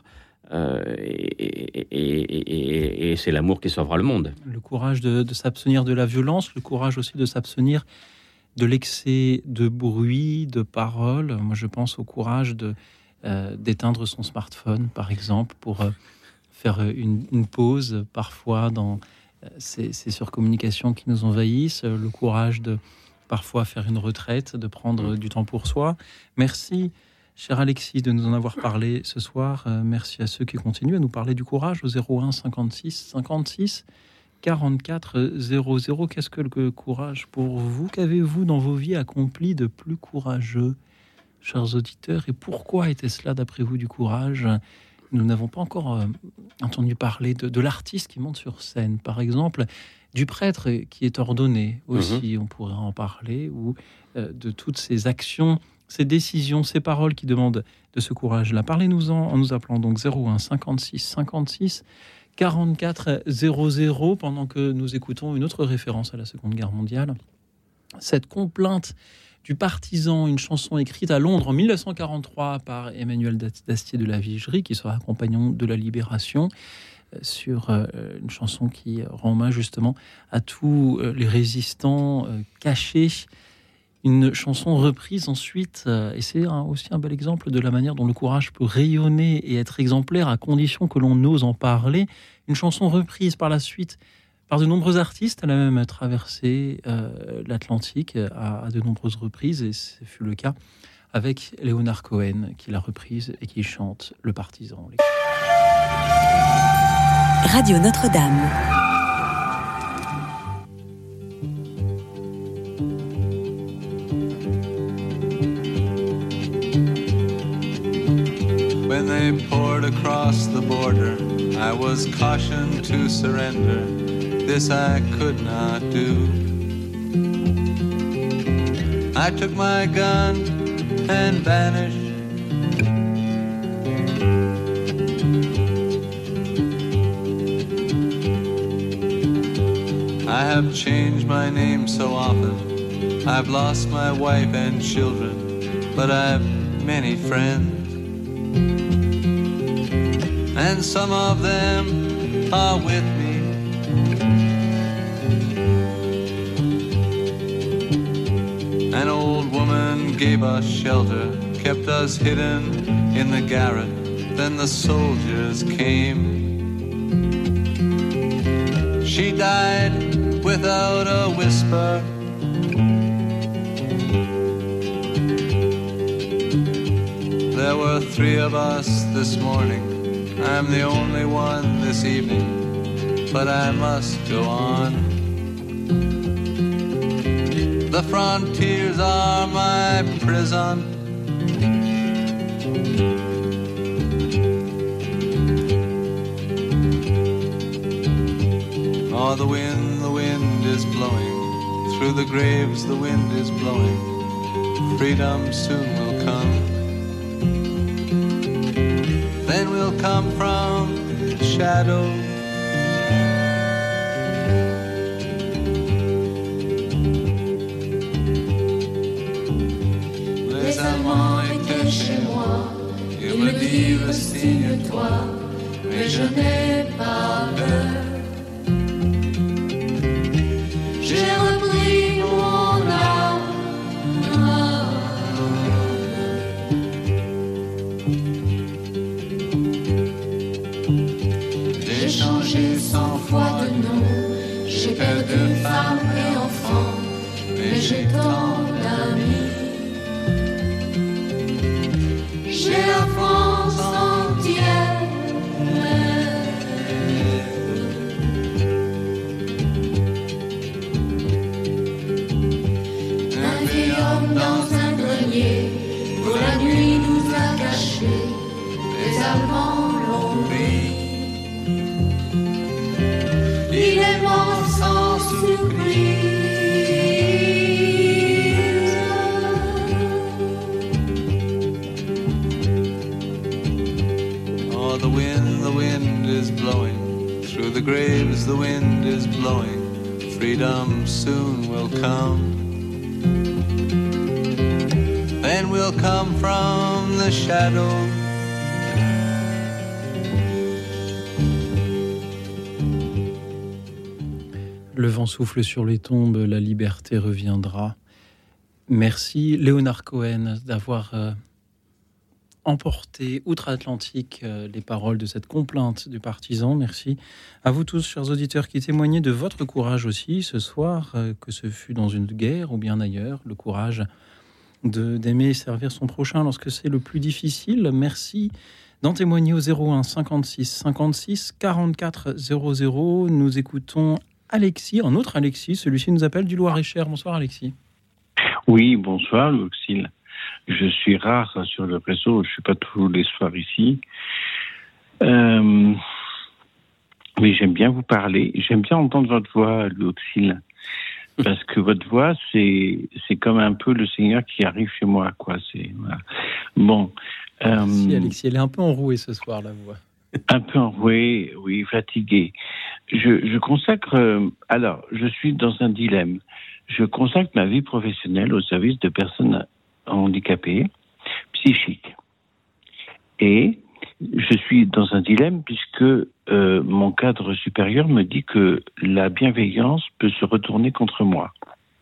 Et c'est l'amour qui sauvera le monde. Le courage de s'abstenir de la violence, le courage aussi de s'abstenir de l'excès de bruit, de paroles. Moi, je pense au courage d'éteindre son smartphone, par exemple, pour faire une pause, parfois, dans ces surcommunications qui nous envahissent. Le courage de, parfois, faire une retraite, de prendre du temps pour soi. Merci, cher Alexis, de nous en avoir parlé ce soir. Merci à ceux qui continuent à nous parler du courage au 01 56 56 44 00. Qu'est-ce que le courage pour vous? Qu'avez-vous dans vos vies accompli de plus courageux, chers auditeurs? Et pourquoi était cela, d'après vous, du courage? Nous n'avons pas encore entendu parler de l'artiste qui monte sur scène, par exemple, du prêtre qui est ordonné aussi, on pourrait en parler, ou de toutes ces actions, ces décisions, ces paroles qui demandent de ce courage-là. Parlez-nous-en en nous appelant donc 01 56 56 44 00, pendant que nous écoutons une autre référence à la Seconde Guerre mondiale. Cette complainte du partisan, une chanson écrite à Londres en 1943 par Emmanuel d'Astier de la Vigerie, qui sera compagnon de la Libération, sur une chanson qui rend hommage justement à tous les résistants cachés. Une chanson reprise ensuite, et c'est aussi un bel exemple de la manière dont le courage peut rayonner et être exemplaire à condition que l'on ose en parler. Une chanson reprise par la suite par de nombreux artistes. Elle a même traversé l'Atlantique à de nombreuses reprises, et ce fut le cas avec Leonard Cohen, qui l'a reprise et qui chante Le Partisan. Radio Notre-Dame. When they poured across the border, I was cautioned to surrender. This I could not do. I took my gun and vanished. I have changed my name so often. I've lost my wife and children, but I've many friends. And some of them are with me. An old woman gave us shelter, kept us hidden in the garret. Then the soldiers came. She died without a whisper. There were 3 of us this morning. I'm the only one this evening, but I must go on. The frontiers are my prison. Oh, the wind is blowing. Through the graves, the wind is blowing. Freedom soon will come. Then we'll come from the shadow. Les amants étaient chez moi. Ils me dirent signe-toi. Mais je n'ai pas peur. J'ai repris mon âme. J'ai changé 100 fois de nom. J'ai perdu femme et enfant. Mais j'ai tant d'amis. J'ai la France entière. Un vieil homme dans un grenier, pour la nuit nous a cachés, les Allemands l'ont pris. Il est mort sans surprise. Oh, the wind is blowing. Through the graves, the wind is blowing. Freedom soon will come. Then we'll come from the shadow. Le vent souffle sur les tombes, la liberté reviendra. Merci Léonard Cohen d'avoir emporté outre-Atlantique les paroles de cette complainte du partisan. Merci à vous tous, chers auditeurs, qui témoignez de votre courage aussi ce soir, que ce fut dans une guerre ou bien ailleurs, le courage d'aimer et servir son prochain lorsque c'est le plus difficile. Merci d'en témoigner au 01 56 56 44 00. Nous écoutons Alexis, un autre Alexis, celui-ci nous appelle du Loir-et-Cher. Bonsoir Alexis. Oui, bonsoir Louis-Auxil. Je suis rare sur le réseau, je ne suis pas tous les soirs ici. Mais j'aime bien vous parler, j'aime bien entendre votre voix, Louis-Auxil. Parce que votre voix, c'est comme un peu le Seigneur qui arrive chez moi, quoi. Voilà. Bon. Merci Alexis, elle est un peu enrouée ce soir, la voix. Un peu enrouée, oui, fatiguée. Je consacre... alors, je suis dans un dilemme. Je consacre ma vie professionnelle au service de personnes handicapées, psychiques. Et je suis dans un dilemme puisque mon cadre supérieur me dit que la bienveillance peut se retourner contre moi.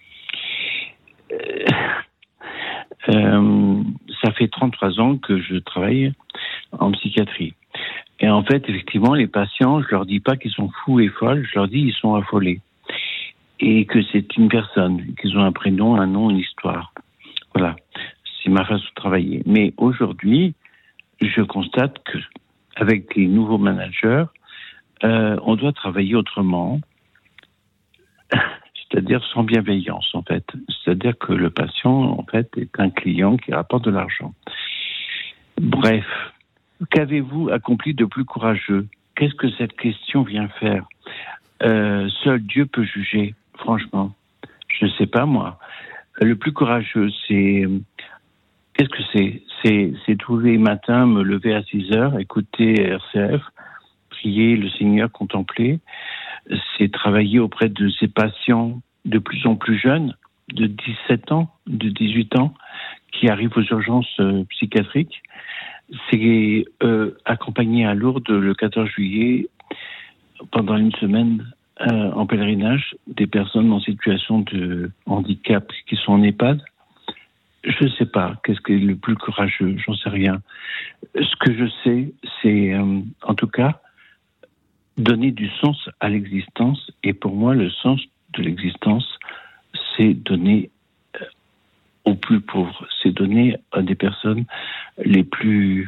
Ça fait 33 ans que je travaille en psychiatrie. Et en fait, effectivement, les patients, je leur dis pas qu'ils sont fous et folles, je leur dis qu'ils sont affolés. Et que c'est une personne, qu'ils ont un prénom, un nom, une histoire. Voilà, c'est ma façon de travailler. Mais aujourd'hui, je constate que avec les nouveaux managers, on doit travailler autrement, c'est-à-dire sans bienveillance, en fait. C'est-à-dire que le patient, en fait, est un client qui rapporte de l'argent. Bref, qu'avez-vous accompli de plus courageux ? Qu'est-ce que cette question vient faire ? Seul Dieu peut juger, franchement. Je ne sais pas, moi. Le plus courageux, c'est... Qu'est-ce que c'est ? C'est tous les matins me lever à 6 heures, écouter RCF, prier le Seigneur, contempler. C'est travailler auprès de ces patients de plus en plus jeunes, de 17 ans, de 18 ans, qui arrivent aux urgences psychiatriques. C'est accompagner à Lourdes le 14 juillet, pendant une semaine, en pèlerinage, des personnes en situation de handicap qui sont en EHPAD. Je ne sais pas qu'est-ce qui est le plus courageux, j'en sais rien. Ce que je sais, c'est en tout cas donner du sens à l'existence. Et pour moi, le sens de l'existence, c'est donner aux plus pauvres, c'est donner à des personnes les plus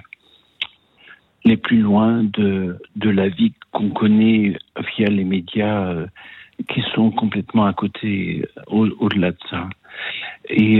loin de la vie qu'on connaît via les médias qui sont complètement à côté, au-delà de ça. Et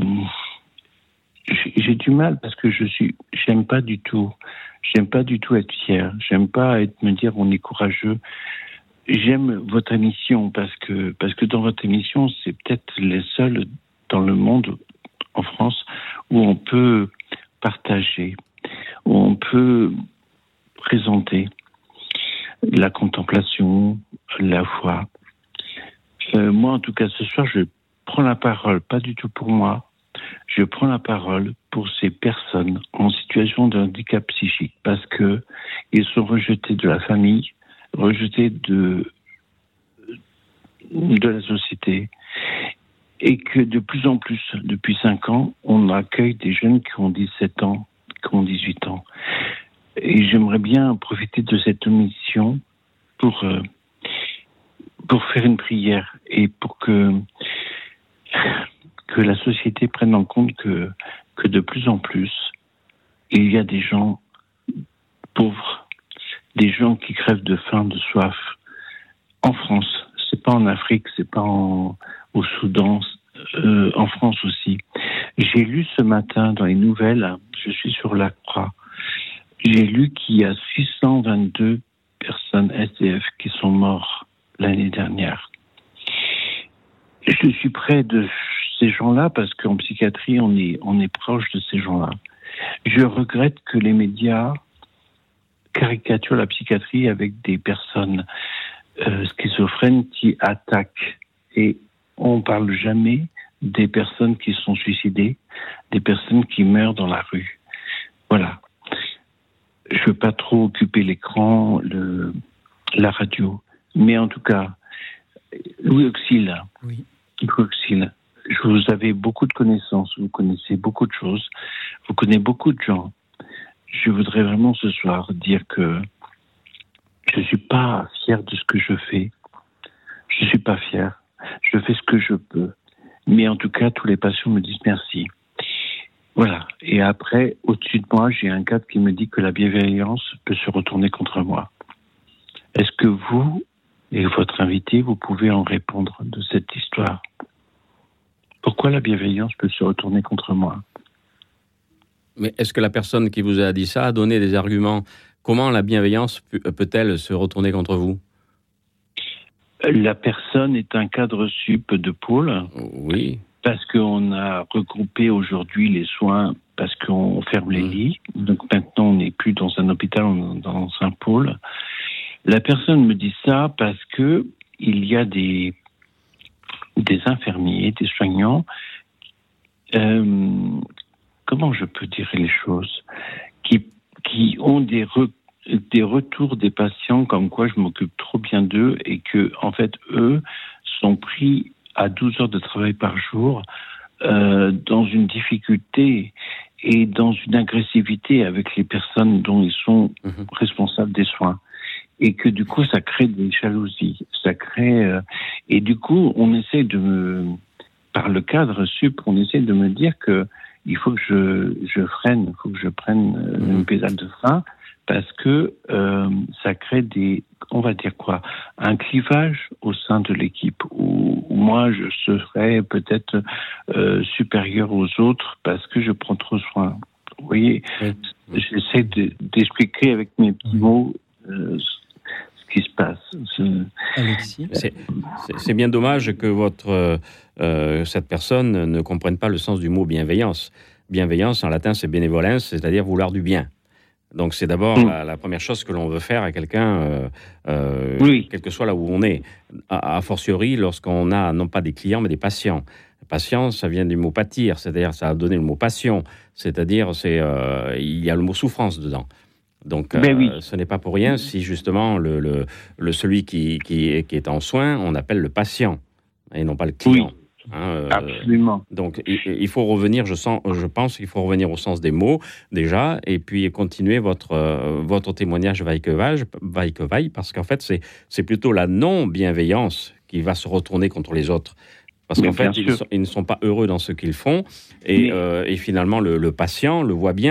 j'ai du mal parce que j'aime pas du tout être fier. J'aime pas me dire on est courageux. J'aime votre émission parce que dans votre émission, c'est peut-être les seuls dans le monde, en France, où on peut partager, où on peut présenter la contemplation, la foi. Moi, en tout cas, ce soir, je prends la parole, pas du tout pour moi. Je prends la parole pour ces personnes en situation de handicap psychique parce que ils sont rejetés de la famille, rejetés de la société, et que de plus en plus, depuis 5 ans, on accueille des jeunes qui ont 17 ans, qui ont 18 ans. Et j'aimerais bien profiter de cette émission pour faire une prière et pour que la société prenne en compte que de plus en plus, il y a des gens pauvres, des gens qui crèvent de faim, de soif. En France, c'est pas en Afrique, c'est pas au Soudan, en France aussi. J'ai lu ce matin dans les nouvelles, je suis sur la Croix, j'ai lu qu'il y a 622 personnes SDF qui sont mortes l'année dernière. Je suis près de ces gens-là parce qu'en psychiatrie, on est proche de ces gens-là. Je regrette que les médias caricaturent la psychiatrie avec des personnes schizophrènes qui attaquent. Et on ne parle jamais des personnes qui sont suicidées, des personnes qui meurent dans la rue. Voilà. Je ne veux pas trop occuper l'écran, la radio. Mais en tout cas, Louis Auxil, vous avez beaucoup de connaissances, vous connaissez beaucoup de choses, vous connaissez beaucoup de gens. Je voudrais vraiment ce soir dire que je ne suis pas fier de ce que je fais. Je ne suis pas fier. Je fais ce que je peux. Mais en tout cas, tous les patients me disent merci. Voilà. Et après, au-dessus de moi, j'ai un cadre qui me dit que la bienveillance peut se retourner contre moi. Est-ce que vous et votre invité, vous pouvez en répondre de cette histoire? Pourquoi la bienveillance peut se retourner contre moi? Mais est-ce que la personne qui vous a dit ça a donné des arguments? Comment la bienveillance peut-elle se retourner contre vous? La personne est un cadre sup de pôle. Oui. Parce qu'on a regroupé aujourd'hui les soins, parce qu'on ferme les lits. Donc maintenant, on n'est plus dans un hôpital, on est dans un pôle. La personne me dit ça parce que il y a des infirmiers, des soignants, comment je peux dire les choses, qui ont des retours des patients comme quoi je m'occupe trop bien d'eux et que, en fait, eux sont pris à 12 heures de travail par jour dans une difficulté et dans une agressivité avec les personnes dont ils sont responsables des soins. Et que du coup, ça crée des jalousies. Ça crée... et du coup, on essaie par le cadre sup, on essaie de me dire que il faut que je freine, il faut que je prenne une pédale de frein, parce que ça crée on va dire quoi, un clivage au sein de l'équipe, où moi, je serais peut-être supérieur aux autres parce que je prends trop soin. Vous voyez, j'essaie d'expliquer avec mes petits mots ce qui se passe. Alexis, c'est bien dommage que cette personne ne comprenne pas le sens du mot bienveillance. Bienveillance, en latin, c'est benevolens, c'est-à-dire vouloir du bien. Donc, c'est d'abord la première chose que l'on veut faire à quelqu'un, quel que soit là où on est. A fortiori, lorsqu'on a non pas des clients, mais des patients. Patient, ça vient du mot pâtir, c'est-à-dire ça a donné le mot passion, c'est-à-dire il y a le mot souffrance dedans. Donc, ce n'est pas pour rien si justement celui qui est en soins, on appelle le patient et non pas le client. Absolument. Donc, il faut revenir, je pense qu'il faut revenir au sens des mots, déjà, et puis continuer votre témoignage vaille que vaille, parce qu'en fait, c'est plutôt la non-bienveillance qui va se retourner contre les autres. Parce qu'en fait, ils ne sont pas heureux dans ce qu'ils font, et finalement, le patient le voit bien.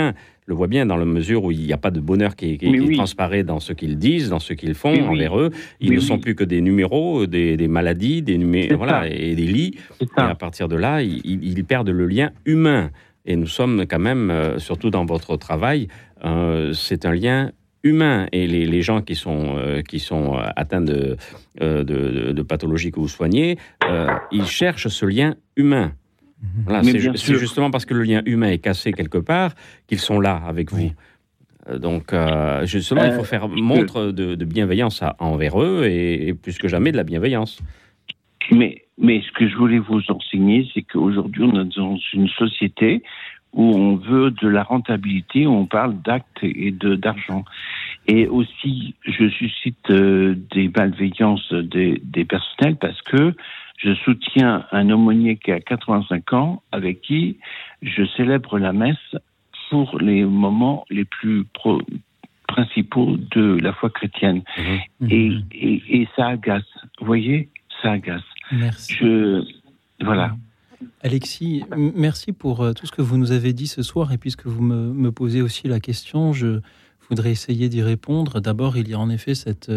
le voient bien dans la mesure où il n'y a pas de bonheur qui transparaît dans ce qu'ils disent, dans ce qu'ils font envers eux. Ils ne sont plus que des numéros, des maladies, et des lits. Et à partir de là, ils perdent le lien humain. Et nous sommes quand même, surtout dans votre travail, c'est un lien humain. Et les gens qui sont atteints de pathologies que vous soignez, ils cherchent ce lien humain. Voilà, c'est justement parce que le lien humain est cassé quelque part qu'ils sont là avec vous. Donc, justement, il faut faire montre de bienveillance envers eux et plus que jamais de la bienveillance. Mais ce que je voulais vous enseigner, c'est qu'aujourd'hui, on est dans une société où on veut de la rentabilité, où on parle d'actes et d'argent. Et aussi, je suscite des malveillances des personnels parce que je soutiens un aumônier qui a 85 ans, avec qui je célèbre la messe pour les moments les plus principaux de la foi chrétienne. Et ça agace. Vous voyez, ça agace. Merci. Voilà. Alexis, merci pour tout ce que vous nous avez dit ce soir. Et puisque vous me posez aussi la question, je voudrais essayer d'y répondre. D'abord, il y a en effet cette...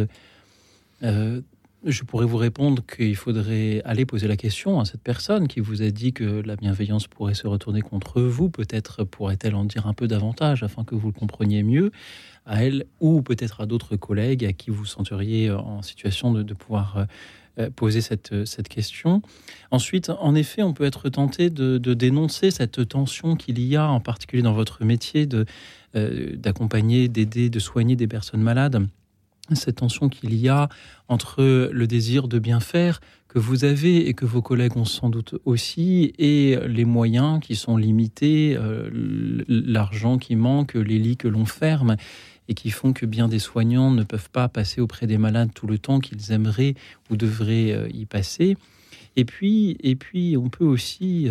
je pourrais vous répondre qu'il faudrait aller poser la question à cette personne qui vous a dit que la bienveillance pourrait se retourner contre vous. Peut-être pourrait-elle en dire un peu davantage afin que vous le compreniez mieux à elle ou peut-être à d'autres collègues à qui vous sentiriez en situation de pouvoir poser cette question. Ensuite, en effet, on peut être tenté de dénoncer cette tension qu'il y a, en particulier dans votre métier, d'accompagner, d'aider, de soigner des personnes malades. Cette tension qu'il y a entre le désir de bien faire que vous avez et que vos collègues ont sans doute aussi, et les moyens qui sont limités, l'argent qui manque, les lits que l'on ferme, et qui font que bien des soignants ne peuvent pas passer auprès des malades tout le temps qu'ils aimeraient ou devraient y passer. Et puis on peut aussi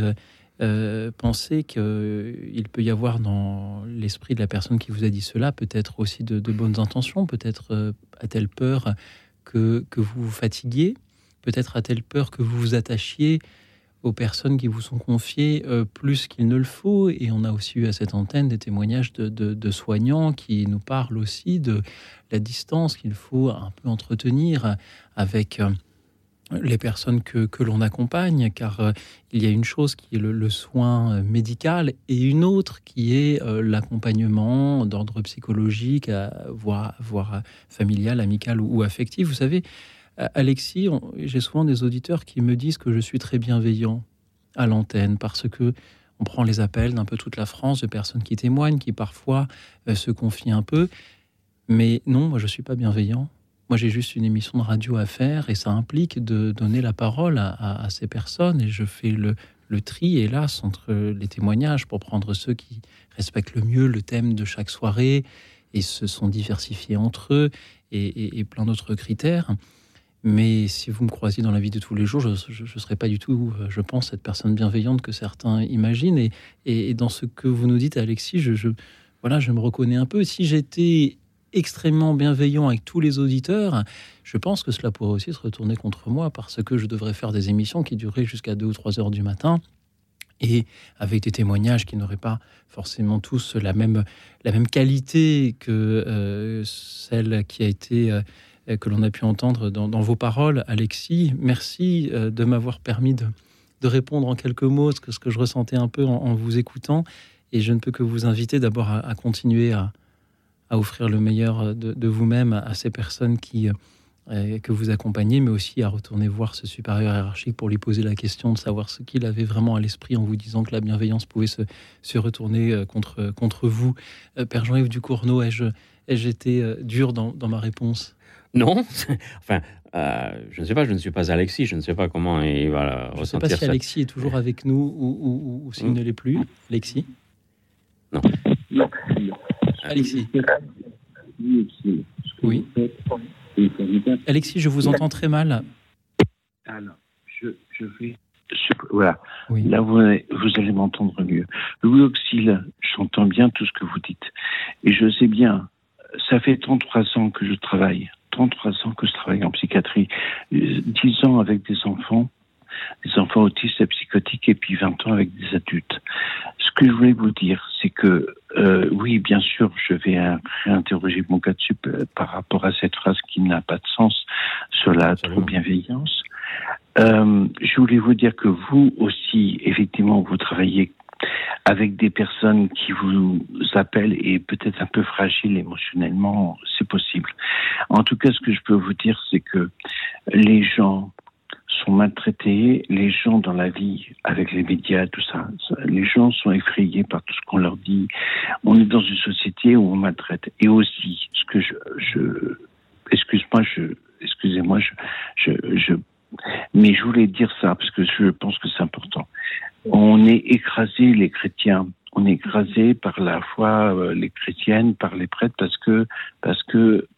penser qu'il peut y avoir dans l'esprit de la personne qui vous a dit cela peut-être aussi de bonnes intentions. Peut-être a-t-elle peur que vous vous fatiguiez. Peut-être a-t-elle peur que vous vous attachiez aux personnes qui vous sont confiées plus qu'il ne le faut. Et on a aussi eu à cette antenne des témoignages de soignants qui nous parlent aussi de la distance qu'il faut un peu entretenir avec les personnes que l'on accompagne, car il y a une chose qui est le soin médical et une autre qui est l'accompagnement d'ordre psychologique, voire familial, amical ou affectif. Vous savez, Alexis, j'ai souvent des auditeurs qui me disent que je suis très bienveillant à l'antenne parce que on prend les appels d'un peu toute la France de personnes qui témoignent, qui parfois se confient un peu. Mais non, moi je suis pas bienveillant. Moi j'ai juste une émission de radio à faire et ça implique de donner la parole à ces personnes et je fais le tri, hélas, entre les témoignages pour prendre ceux qui respectent le mieux le thème de chaque soirée et se sont diversifiés entre eux et plein d'autres critères. Mais si vous me croisiez dans la vie de tous les jours, je ne serais pas du tout, je pense, cette personne bienveillante que certains imaginent. Et dans ce que vous nous dites, Alexis, je me reconnais un peu. Si j'étais extrêmement bienveillant avec tous les auditeurs, je pense que cela pourrait aussi se retourner contre moi parce que je devrais faire des émissions qui dureraient jusqu'à 2 ou 3 heures du matin et avec des témoignages qui n'auraient pas forcément tous la même qualité que celle qui a été... que l'on a pu entendre dans vos paroles. Alexis, merci de m'avoir permis de répondre en quelques mots ce que je ressentais un peu en vous écoutant. Et je ne peux que vous inviter d'abord à continuer à offrir le meilleur de vous-même à ces personnes que vous accompagnez, mais aussi à retourner voir ce supérieur hiérarchique pour lui poser la question de savoir ce qu'il avait vraiment à l'esprit en vous disant que la bienveillance pouvait se retourner contre vous. Père Jean-Yves Ducournau, ai-je été dur dans ma réponse ? Non, enfin, je ne sais pas, je ne suis pas Alexis, je ne sais pas comment il va ressentir ça. Je ne sais pas si Alexis est toujours avec nous ou s'il ne l'est plus. Alexis ? Non. Alexis ? Oui. Alexis, je vous entends très mal. Alors, je vais... Voilà. Oui. Là, vous allez m'entendre mieux. Louis Auxil, j'entends bien tout ce que vous dites. Et je sais bien, ça fait 33 ans que je travaille. 33 ans que je travaille en psychiatrie, 10 ans avec des enfants, des enfants autistes et psychotiques, et puis 20 ans avec des adultes. Ce que je voulais vous dire, c'est que oui, bien sûr, je vais réinterroger mon cas dessus par rapport à cette phrase qui n'a pas de sens sur la trop bienveillance. Je voulais vous dire que vous aussi, effectivement, vous travaillez avec des personnes qui vous appellent et peut-être un peu fragiles émotionnellement, c'est possible. En tout cas, ce que je peux vous dire, c'est que les gens sont maltraités, les gens dans la vie, avec les médias, tout ça, les gens sont effrayés par tout ce qu'on leur dit. On est dans une société où on maltraite. Et aussi, ce que excusez-moi, mais je voulais dire ça parce que je pense que c'est important. On est écrasé, les chrétiens. On est écrasé par la foi, les chrétiennes, par les prêtres, parce que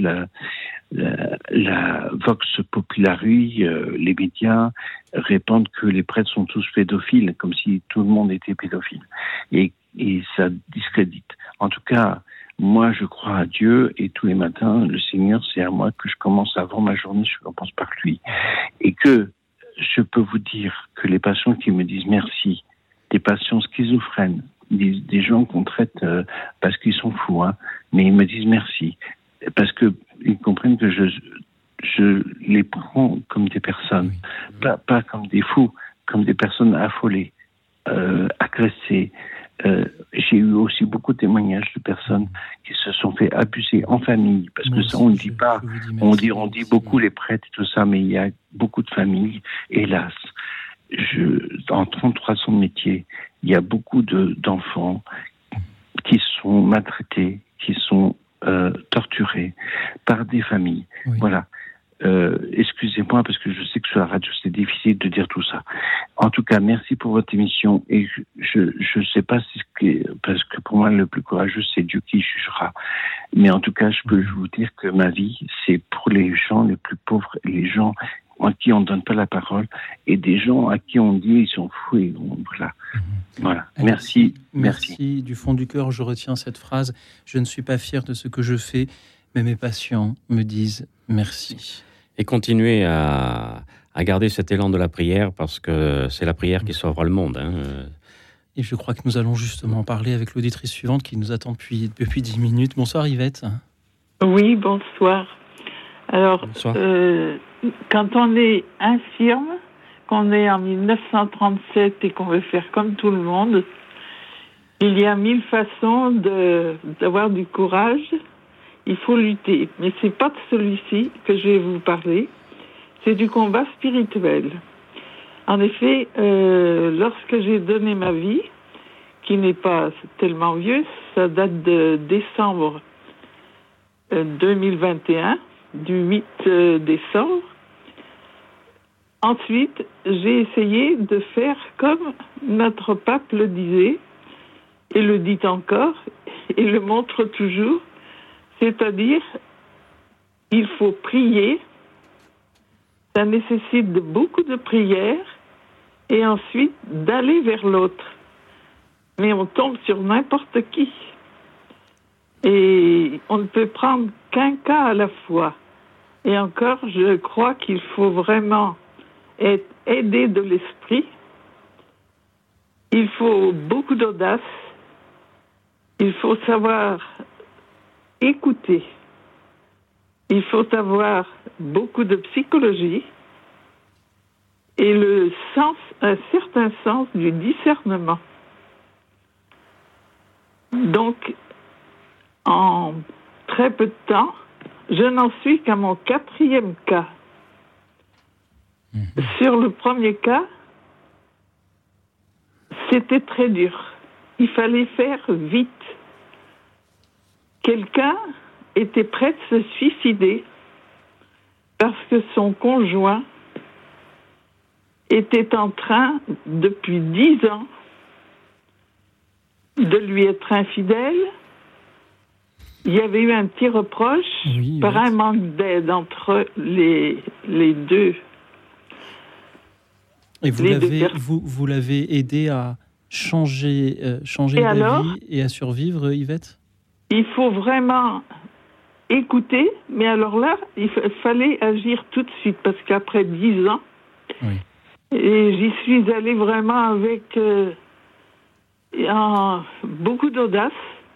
la vox populari, les médias répandent que les prêtres sont tous pédophiles, comme si tout le monde était pédophile. Et ça discrédite. En tout cas, moi, je crois à Dieu et tous les matins, le Seigneur, c'est à moi que je commence avant ma journée, je commence par lui. Et que je peux vous dire que les patients qui me disent merci, des patients schizophrènes, des gens qu'on traite parce qu'ils sont fous, mais ils me disent merci, parce qu'ils comprennent que je les prends comme des personnes, pas comme des fous, comme des personnes affolées, agressées. J'ai eu aussi beaucoup de témoignages de personnes qui se sont fait abuser en famille, parce que ça on ne dit pas, on dit beaucoup les prêtres et tout ça, mais il y a beaucoup de familles, hélas. En 33 ans de métier, il y a beaucoup d'enfants qui sont maltraités, qui sont torturés par des familles. Oui. Voilà. Excusez-moi parce que je sais que sur la radio c'est difficile de dire tout ça. En tout cas, merci pour votre émission et je sais pas parce que pour moi le plus courageux c'est Dieu qui jugera. Mais en tout cas, je peux vous dire que ma vie c'est pour les gens les plus pauvres, les gens à qui on donne pas la parole et des gens à qui on dit ils sont fous et voilà. Voilà. Merci. Du fond du cœur, je retiens cette phrase. Je ne suis pas fier de ce que je fais, mais mes patients me disent merci. Et continuez à garder cet élan de la prière, parce que c'est la prière qui sauvera le monde. Et je crois que nous allons justement parler avec l'auditrice suivante qui nous attend depuis 10 minutes. Bonsoir Yvette. Oui, bonsoir. Alors, bonsoir. Quand on est infirme, qu'on est en 1937 et qu'on veut faire comme tout le monde, il y a 1000 façons d'avoir du courage. Il faut lutter, mais c'est pas de celui-ci que je vais vous parler. C'est du combat spirituel. En effet, lorsque j'ai donné ma vie, qui n'est pas tellement vieux, ça date de décembre 2021, du 8 décembre. Ensuite, j'ai essayé de faire comme notre pape le disait, et le dit encore, et le montre toujours. C'est-à-dire, il faut prier, ça nécessite beaucoup de prières, et ensuite d'aller vers l'autre. Mais on tombe sur n'importe qui. Et on ne peut prendre qu'un cas à la fois. Et encore, je crois qu'il faut vraiment être aidé de l'esprit. Il faut beaucoup d'audace. Il faut savoir écouter. Il faut avoir beaucoup de psychologie et un certain sens du discernement. Donc, en très peu de temps, je n'en suis qu'à mon 4e cas. Sur le premier cas, c'était très dur. Il fallait faire vite. Quelqu'un était prêt de se suicider parce que son conjoint était en train, depuis 10 ans, de lui être infidèle. Il y avait eu un petit reproche par un manque d'aide entre les deux. Et vous l'avez aidé à changer de vie et à survivre, Yvette ? Il faut vraiment écouter, mais alors là, il fallait agir tout de suite, parce qu'après 10 ans, Et j'y suis allée vraiment avec beaucoup d'audace.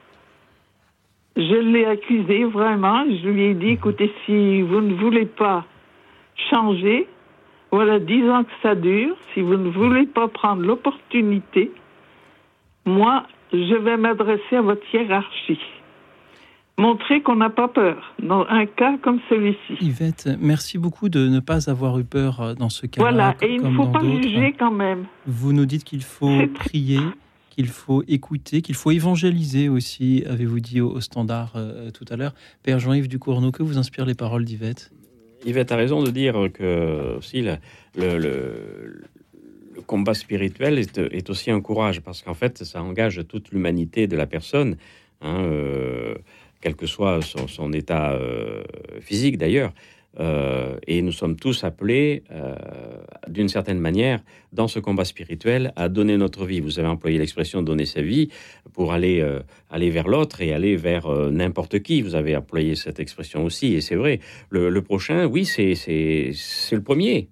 Je l'ai accusé vraiment. Je lui ai dit, écoutez, si vous ne voulez pas changer, voilà 10 ans que ça dure, si vous ne voulez pas prendre l'opportunité, moi, je vais m'adresser à votre hiérarchie. Montrer qu'on n'a pas peur dans un cas comme celui-ci. Yvette, merci beaucoup de ne pas avoir eu peur dans ce cas-là. Voilà, et il ne faut pas d'autres. juger quand même. Vous nous dites qu'il faut prier, qu'il faut écouter, qu'il faut évangéliser aussi, avez-vous dit au standard tout à l'heure. Père Jean-Yves Ducournau, que vous inspirent les paroles d'Yvette ? Yvette a raison de dire que aussi le combat spirituel est aussi un courage, parce qu'en fait, ça engage toute l'humanité de la personne, quel que soit son état physique d'ailleurs. Et nous sommes tous appelés, d'une certaine manière, dans ce combat spirituel, à donner notre vie. Vous avez employé l'expression « donner sa vie » pour aller vers l'autre et aller vers n'importe qui. Vous avez employé cette expression aussi, et c'est vrai. Le prochain, oui, c'est le premier.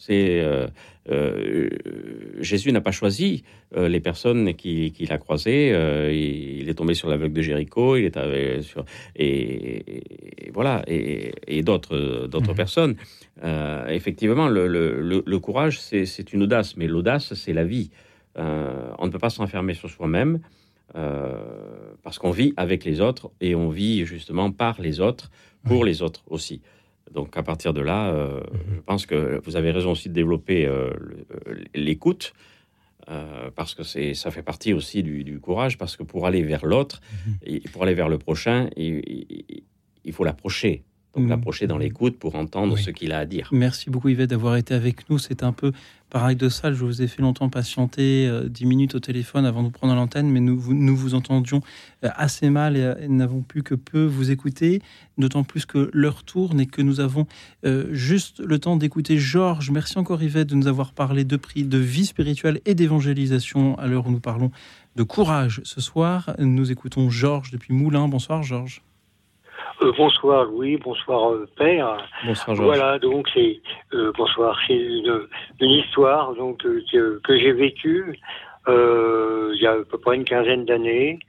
Jésus n'a pas choisi les personnes qu'il a croisées. Il est tombé sur l'aveugle de Jéricho, et voilà, et d'autres personnes. Effectivement, le courage, c'est une audace, mais l'audace, c'est la vie. On ne peut pas s'enfermer sur soi-même, parce qu'on vit avec les autres, et on vit justement par les autres, pour les autres aussi. Donc, à partir de là, je pense que vous avez raison aussi de développer l'écoute, parce que ça fait partie aussi du courage, parce que pour aller vers l'autre, et pour aller vers le prochain, il faut l'approcher. Donc, l'approcher dans l'écoute pour entendre ce qu'il a à dire. Merci beaucoup, Yvette, d'avoir été avec nous. C'est un peu paradoxal. Je vous ai fait longtemps patienter 10 minutes au téléphone avant de vous prendre à l'antenne, mais nous vous entendions assez mal et n'avons pu que peu vous écouter, d'autant plus que l'heure tourne et que nous avons juste le temps d'écouter Georges. Merci encore, Yvette, de nous avoir parlé de vie spirituelle et d'évangélisation à l'heure où nous parlons de courage. Ce soir, nous écoutons Georges depuis Moulins. Bonsoir, Georges. Bonsoir Louis, bonsoir Père. Bonsoir Georges. Voilà, donc bonsoir. C'est une histoire donc que j'ai vécue il y a à peu près une quinzaine d'années.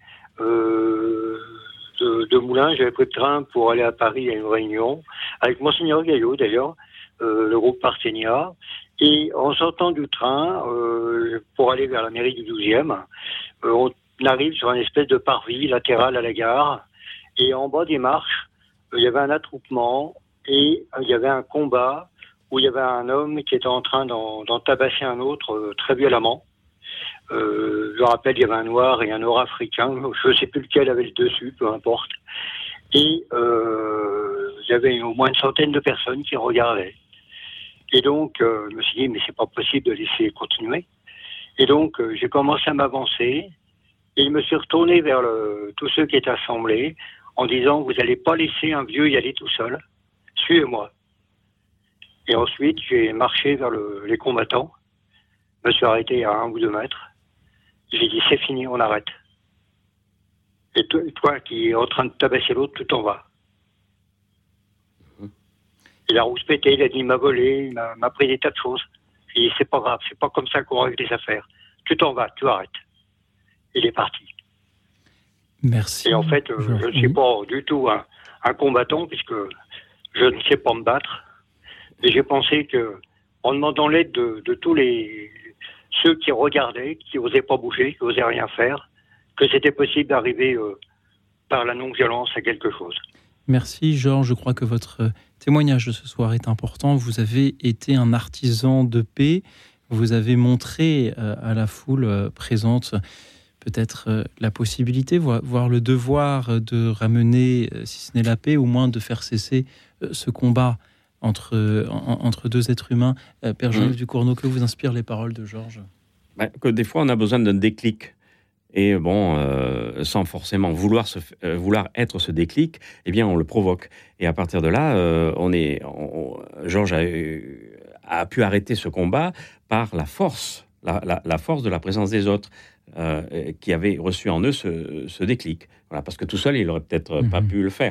De Moulins, j'avais pris le train pour aller à Paris à une réunion avec Monseigneur Gaillot d'ailleurs, le groupe Parthenia. Et en sortant du train pour aller vers la mairie du 12e, on arrive sur une espèce de parvis latéral à la gare. Et en bas des marches, il y avait un attroupement et il y avait un combat où il y avait un homme qui était en train d'en tabasser un autre très violemment. Je rappelle, il y avait un noir et un nord-africain, je ne sais plus lequel avait le dessus, peu importe. Et il y avait au moins une centaine de personnes qui regardaient. Et donc, je me suis dit, mais c'est pas possible de laisser continuer. Et donc, j'ai commencé à m'avancer et je me suis retourné vers tous ceux qui étaient assemblés, en disant, vous n'allez pas laisser un vieux y aller tout seul, suivez-moi. Et ensuite, j'ai marché vers les combattants, je me suis arrêté à 1 ou 2 mètres, j'ai dit, c'est fini, on arrête. Et toi qui es en train de tabasser l'autre, tout en va. Il a rouspété, il a dit, il m'a volé, il m'a pris des tas de choses. J'ai dit, c'est pas grave, c'est pas comme ça qu'on règle les affaires. Tout en va, tu arrêtes. Il est parti. Merci. Et en fait, je ne suis pas du tout un combattant, puisque je ne sais pas me battre. Et j'ai pensé que, en demandant l'aide de tous ceux qui regardaient, qui n'osaient pas bouger, qui n'osaient rien faire, que c'était possible d'arriver par la non-violence à quelque chose. Merci Georges, je crois que votre témoignage de ce soir est important. Vous avez été un artisan de paix, vous avez montré à la foule présente peut-être la possibilité, voire le devoir de ramener, si ce n'est la paix, au moins de faire cesser ce combat entre deux êtres humains. Père Jean-Yves Ducournau, que vous inspirent les paroles de Georges ? Que des fois, on a besoin d'un déclic. Et sans forcément vouloir être ce déclic, eh bien, on le provoque. Et à partir de là, Georges a pu arrêter ce combat par la force, la force de la présence des autres, qui avaient reçu en eux ce déclic. Voilà, parce que tout seul, il n'aurait peut-être pas pu le faire.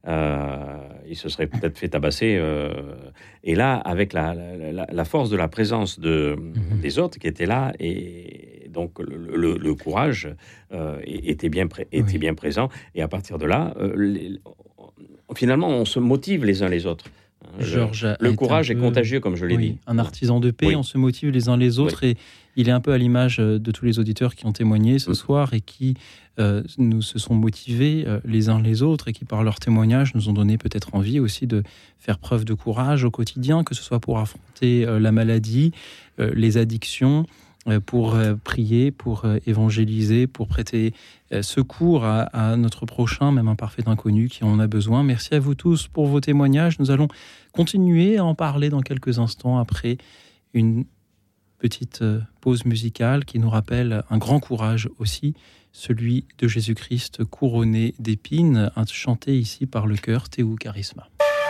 il se serait peut-être fait tabasser. Et là, avec la force de la présence des autres qui étaient là, et donc le courage était bien présent. Et à partir de là, finalement, on se motive les uns les autres. Georges le courage est contagieux, comme je l'ai dit. Un artisan de paix, on se motive les uns les autres, et il est un peu à l'image de tous les auditeurs qui ont témoigné ce soir et qui nous se sont motivés les uns les autres, et qui par leur témoignage nous ont donné peut-être envie aussi de faire preuve de courage au quotidien, que ce soit pour affronter la maladie, les addictions, pour prier, pour évangéliser, pour prêter secours à notre prochain, même un parfait inconnu qui en a besoin. Merci à vous tous pour vos témoignages. Nous allons continuer à en parler dans quelques instants après une petite pause musicale qui nous rappelle un grand courage aussi, celui de Jésus-Christ couronné d'épines, chanté ici par le chœur Théou Charisma.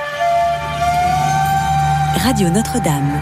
Radio Notre-Dame.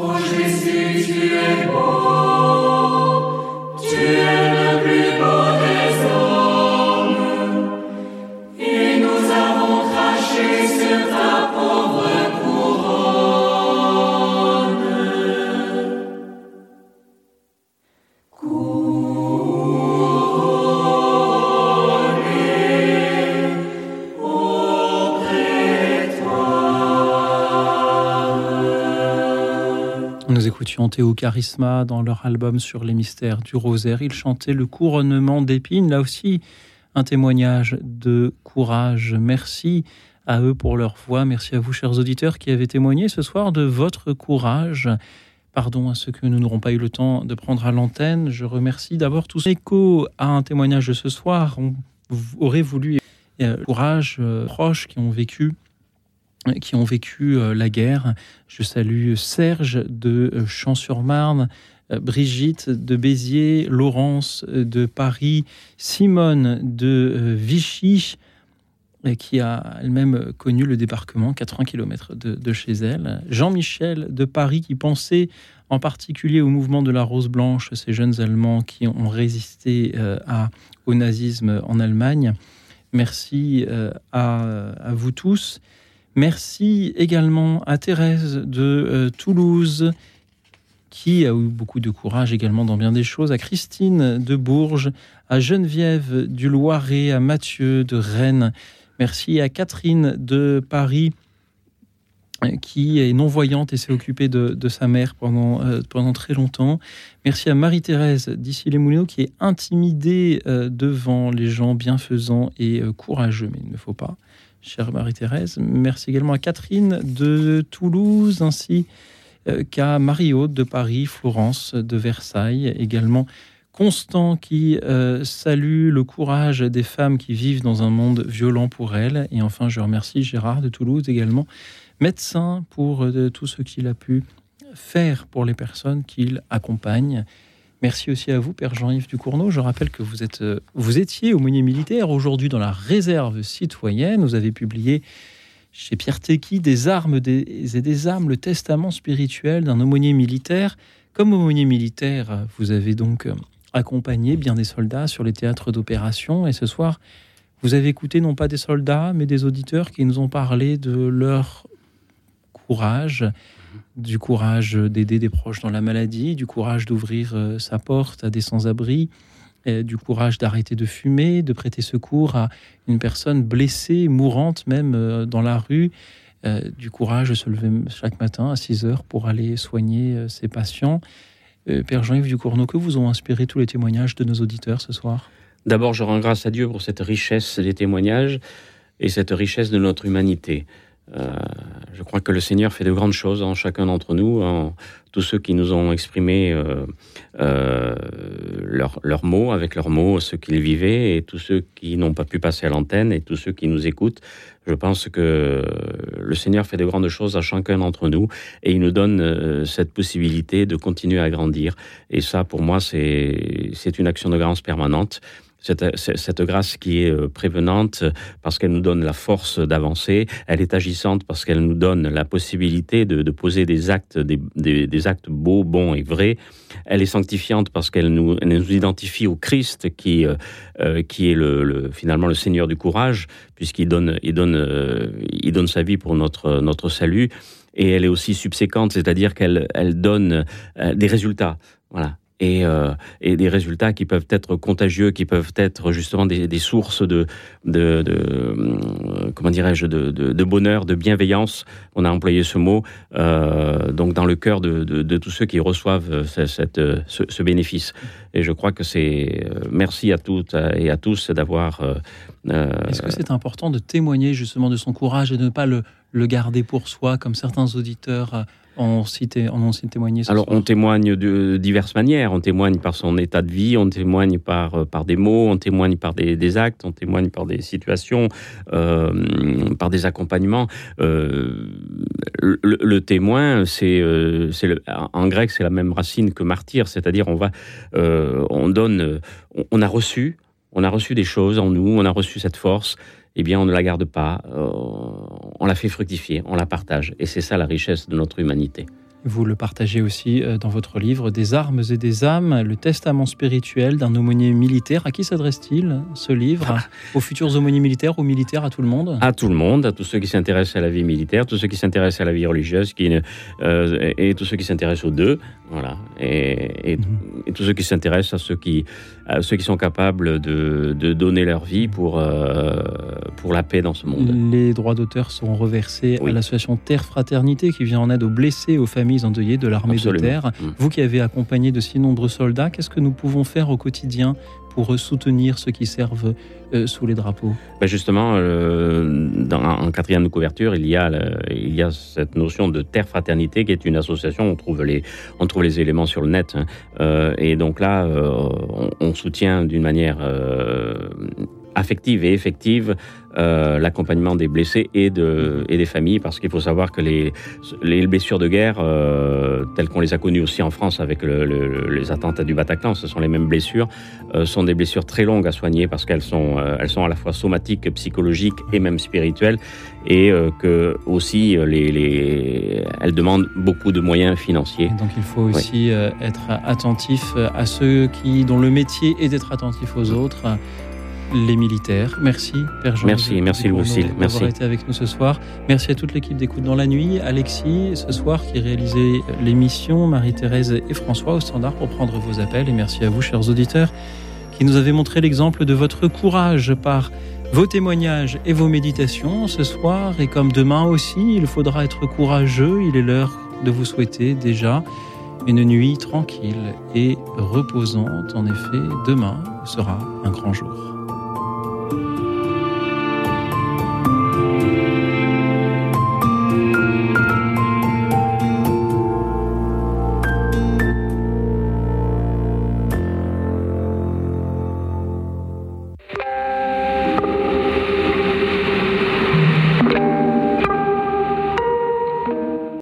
Tu es le plus beau des écoutions Théo Charisma dans leur album sur les mystères du rosaire. Ils chantaient le couronnement d'épines. Là aussi, un témoignage de courage. Merci à eux pour leur voix. Merci à vous, chers auditeurs, qui avez témoigné ce soir de votre courage. Pardon à ceux que nous n'aurons pas eu le temps de prendre à l'antenne. Je remercie d'abord tous échos à un témoignage de ce soir. On aurait voulu courage proches qui ont vécu la guerre. Je salue Serge de Champs-sur-Marne, Brigitte de Béziers, Laurence de Paris, Simone de Vichy, qui a elle-même connu le débarquement 80 km de chez elle. Jean-Michel de Paris, qui pensait en particulier au mouvement de la Rose Blanche, ces jeunes Allemands qui ont résisté au nazisme en Allemagne. Merci à vous tous. Merci également à Thérèse de Toulouse, qui a eu beaucoup de courage également dans bien des choses, à Christine de Bourges, à Geneviève du Loiret, à Mathieu de Rennes. Merci à Catherine de Paris, qui est non-voyante et s'est occupée de sa mère pendant très longtemps. Merci à Marie-Thérèse d'Issy-les-Moulineaux, qui est intimidée devant les gens bienfaisants et courageux, mais il ne faut pas. Chère Marie-Thérèse, merci également à Catherine de Toulouse, ainsi qu'à Marie-Aude de Paris, Florence de Versailles, également Constant qui salue le courage des femmes qui vivent dans un monde violent pour elles. Et enfin, je remercie Gérard de Toulouse également, médecin, pour tout ce qu'il a pu faire pour les personnes qu'il accompagne. Merci aussi à vous, Père Jean-Yves Ducournau. Je rappelle que vous étiez aumônier militaire, aujourd'hui dans la réserve citoyenne. Vous avez publié chez Pierre Tecky des armes et des âmes, le testament spirituel d'un aumônier militaire. Comme aumônier militaire, vous avez donc accompagné bien des soldats sur les théâtres d'opération. Et ce soir, vous avez écouté non pas des soldats, mais des auditeurs qui nous ont parlé de leur courage, du courage d'aider des proches dans la maladie, du courage d'ouvrir sa porte à des sans-abri, du courage d'arrêter de fumer, de prêter secours à une personne blessée, mourante même dans la rue, du courage de se lever chaque matin à 6 heures pour aller soigner ses patients. Père Jean-Yves Ducournau, que vous ont inspiré tous les témoignages de nos auditeurs ce soir ? D'abord, je rends grâce à Dieu pour cette richesse des témoignages et cette richesse de notre humanité. Je crois que le Seigneur fait de grandes choses en chacun d'entre nous, en tous ceux qui nous ont exprimé leurs mots, avec leurs mots, ce qu'ils vivaient, et tous ceux qui n'ont pas pu passer à l'antenne, et tous ceux qui nous écoutent. Je pense que le Seigneur fait de grandes choses à chacun d'entre nous, et il nous donne cette possibilité de continuer à grandir. Et ça, pour moi, c'est une action de grâce permanente. Cette grâce qui est prévenante parce qu'elle nous donne la force d'avancer, elle est agissante parce qu'elle nous donne la possibilité de poser des actes, des actes beaux, bons et vrais. Elle est sanctifiante parce qu'elle nous identifie au Christ qui est finalement le Seigneur du courage, puisqu'il donne sa vie pour notre salut. Et elle est aussi subséquente, c'est-à-dire qu'elle donne des résultats. Voilà. Et des résultats qui peuvent être contagieux, qui peuvent être justement des sources de bonheur, de bienveillance. On a employé ce mot donc dans le cœur de tous ceux qui reçoivent ce bénéfice. Et je crois que c'est merci à toutes et à tous d'avoir. Est-ce que c'est important de témoigner justement de son courage et de ne pas le garder pour soi, comme certains auditeurs en ont témoigné? Alors, on témoigne de diverses manières. On témoigne par son état de vie, on témoigne par des mots, on témoigne par des actes, on témoigne par des situations, par des accompagnements. Le témoin, en grec, c'est la même racine que martyr, c'est-à-dire on a reçu des choses en nous, on a reçu cette force. Eh bien, on ne la garde pas, on la fait fructifier, on la partage. Et c'est ça la richesse de notre humanité. Vous le partagez aussi dans votre livre, Des armes et des âmes, le testament spirituel d'un aumônier militaire. À qui s'adresse-t-il, ce livre ? Aux futurs aumôniers militaires, aux militaires, à tout le monde ? À tout le monde, à tous ceux qui s'intéressent à la vie militaire, tous ceux qui s'intéressent à la vie religieuse, et tous ceux qui s'intéressent aux deux, voilà. Et tous ceux qui s'intéressent à ceux qui sont capables de donner leur vie pour pour la paix dans ce monde. Les droits d'auteur sont reversés à l'association Terre Fraternité qui vient en aide aux blessés et aux familles endeuillées de l'armée de terre. Vous qui avez accompagné de si nombreux soldats, qu'est-ce que nous pouvons faire au quotidien pour soutenir ceux qui servent sous les drapeaux? Justement, en quatrième de couverture, il y a cette notion de Terre Fraternité qui est une association. On trouve les éléments sur le net. Et donc là, on soutient d'une manière affective et effective l'accompagnement des blessés et des familles, parce qu'il faut savoir que les blessures de guerre telles qu'on les a connues aussi en France avec les attentats du Bataclan, ce sont les mêmes blessures, sont des blessures très longues à soigner parce qu'elles sont à la fois somatiques, psychologiques et même spirituelles, et que aussi elles demandent beaucoup de moyens financiers. Et donc il faut aussi être attentif à ceux dont le métier est d'être attentif aux autres. Les militaires. Merci, Père Jean. Merci Louis-Auxil. Merci d'avoir été avec nous ce soir. Merci à toute l'équipe d'Écoute dans la nuit. Alexis, ce soir, qui réalisait l'émission, Marie-Thérèse et François au standard pour prendre vos appels. Et merci à vous, chers auditeurs, qui nous avez montré l'exemple de votre courage par vos témoignages et vos méditations ce soir. Et comme demain aussi, il faudra être courageux. Il est l'heure de vous souhaiter déjà une nuit tranquille et reposante. En effet, demain sera un grand jour.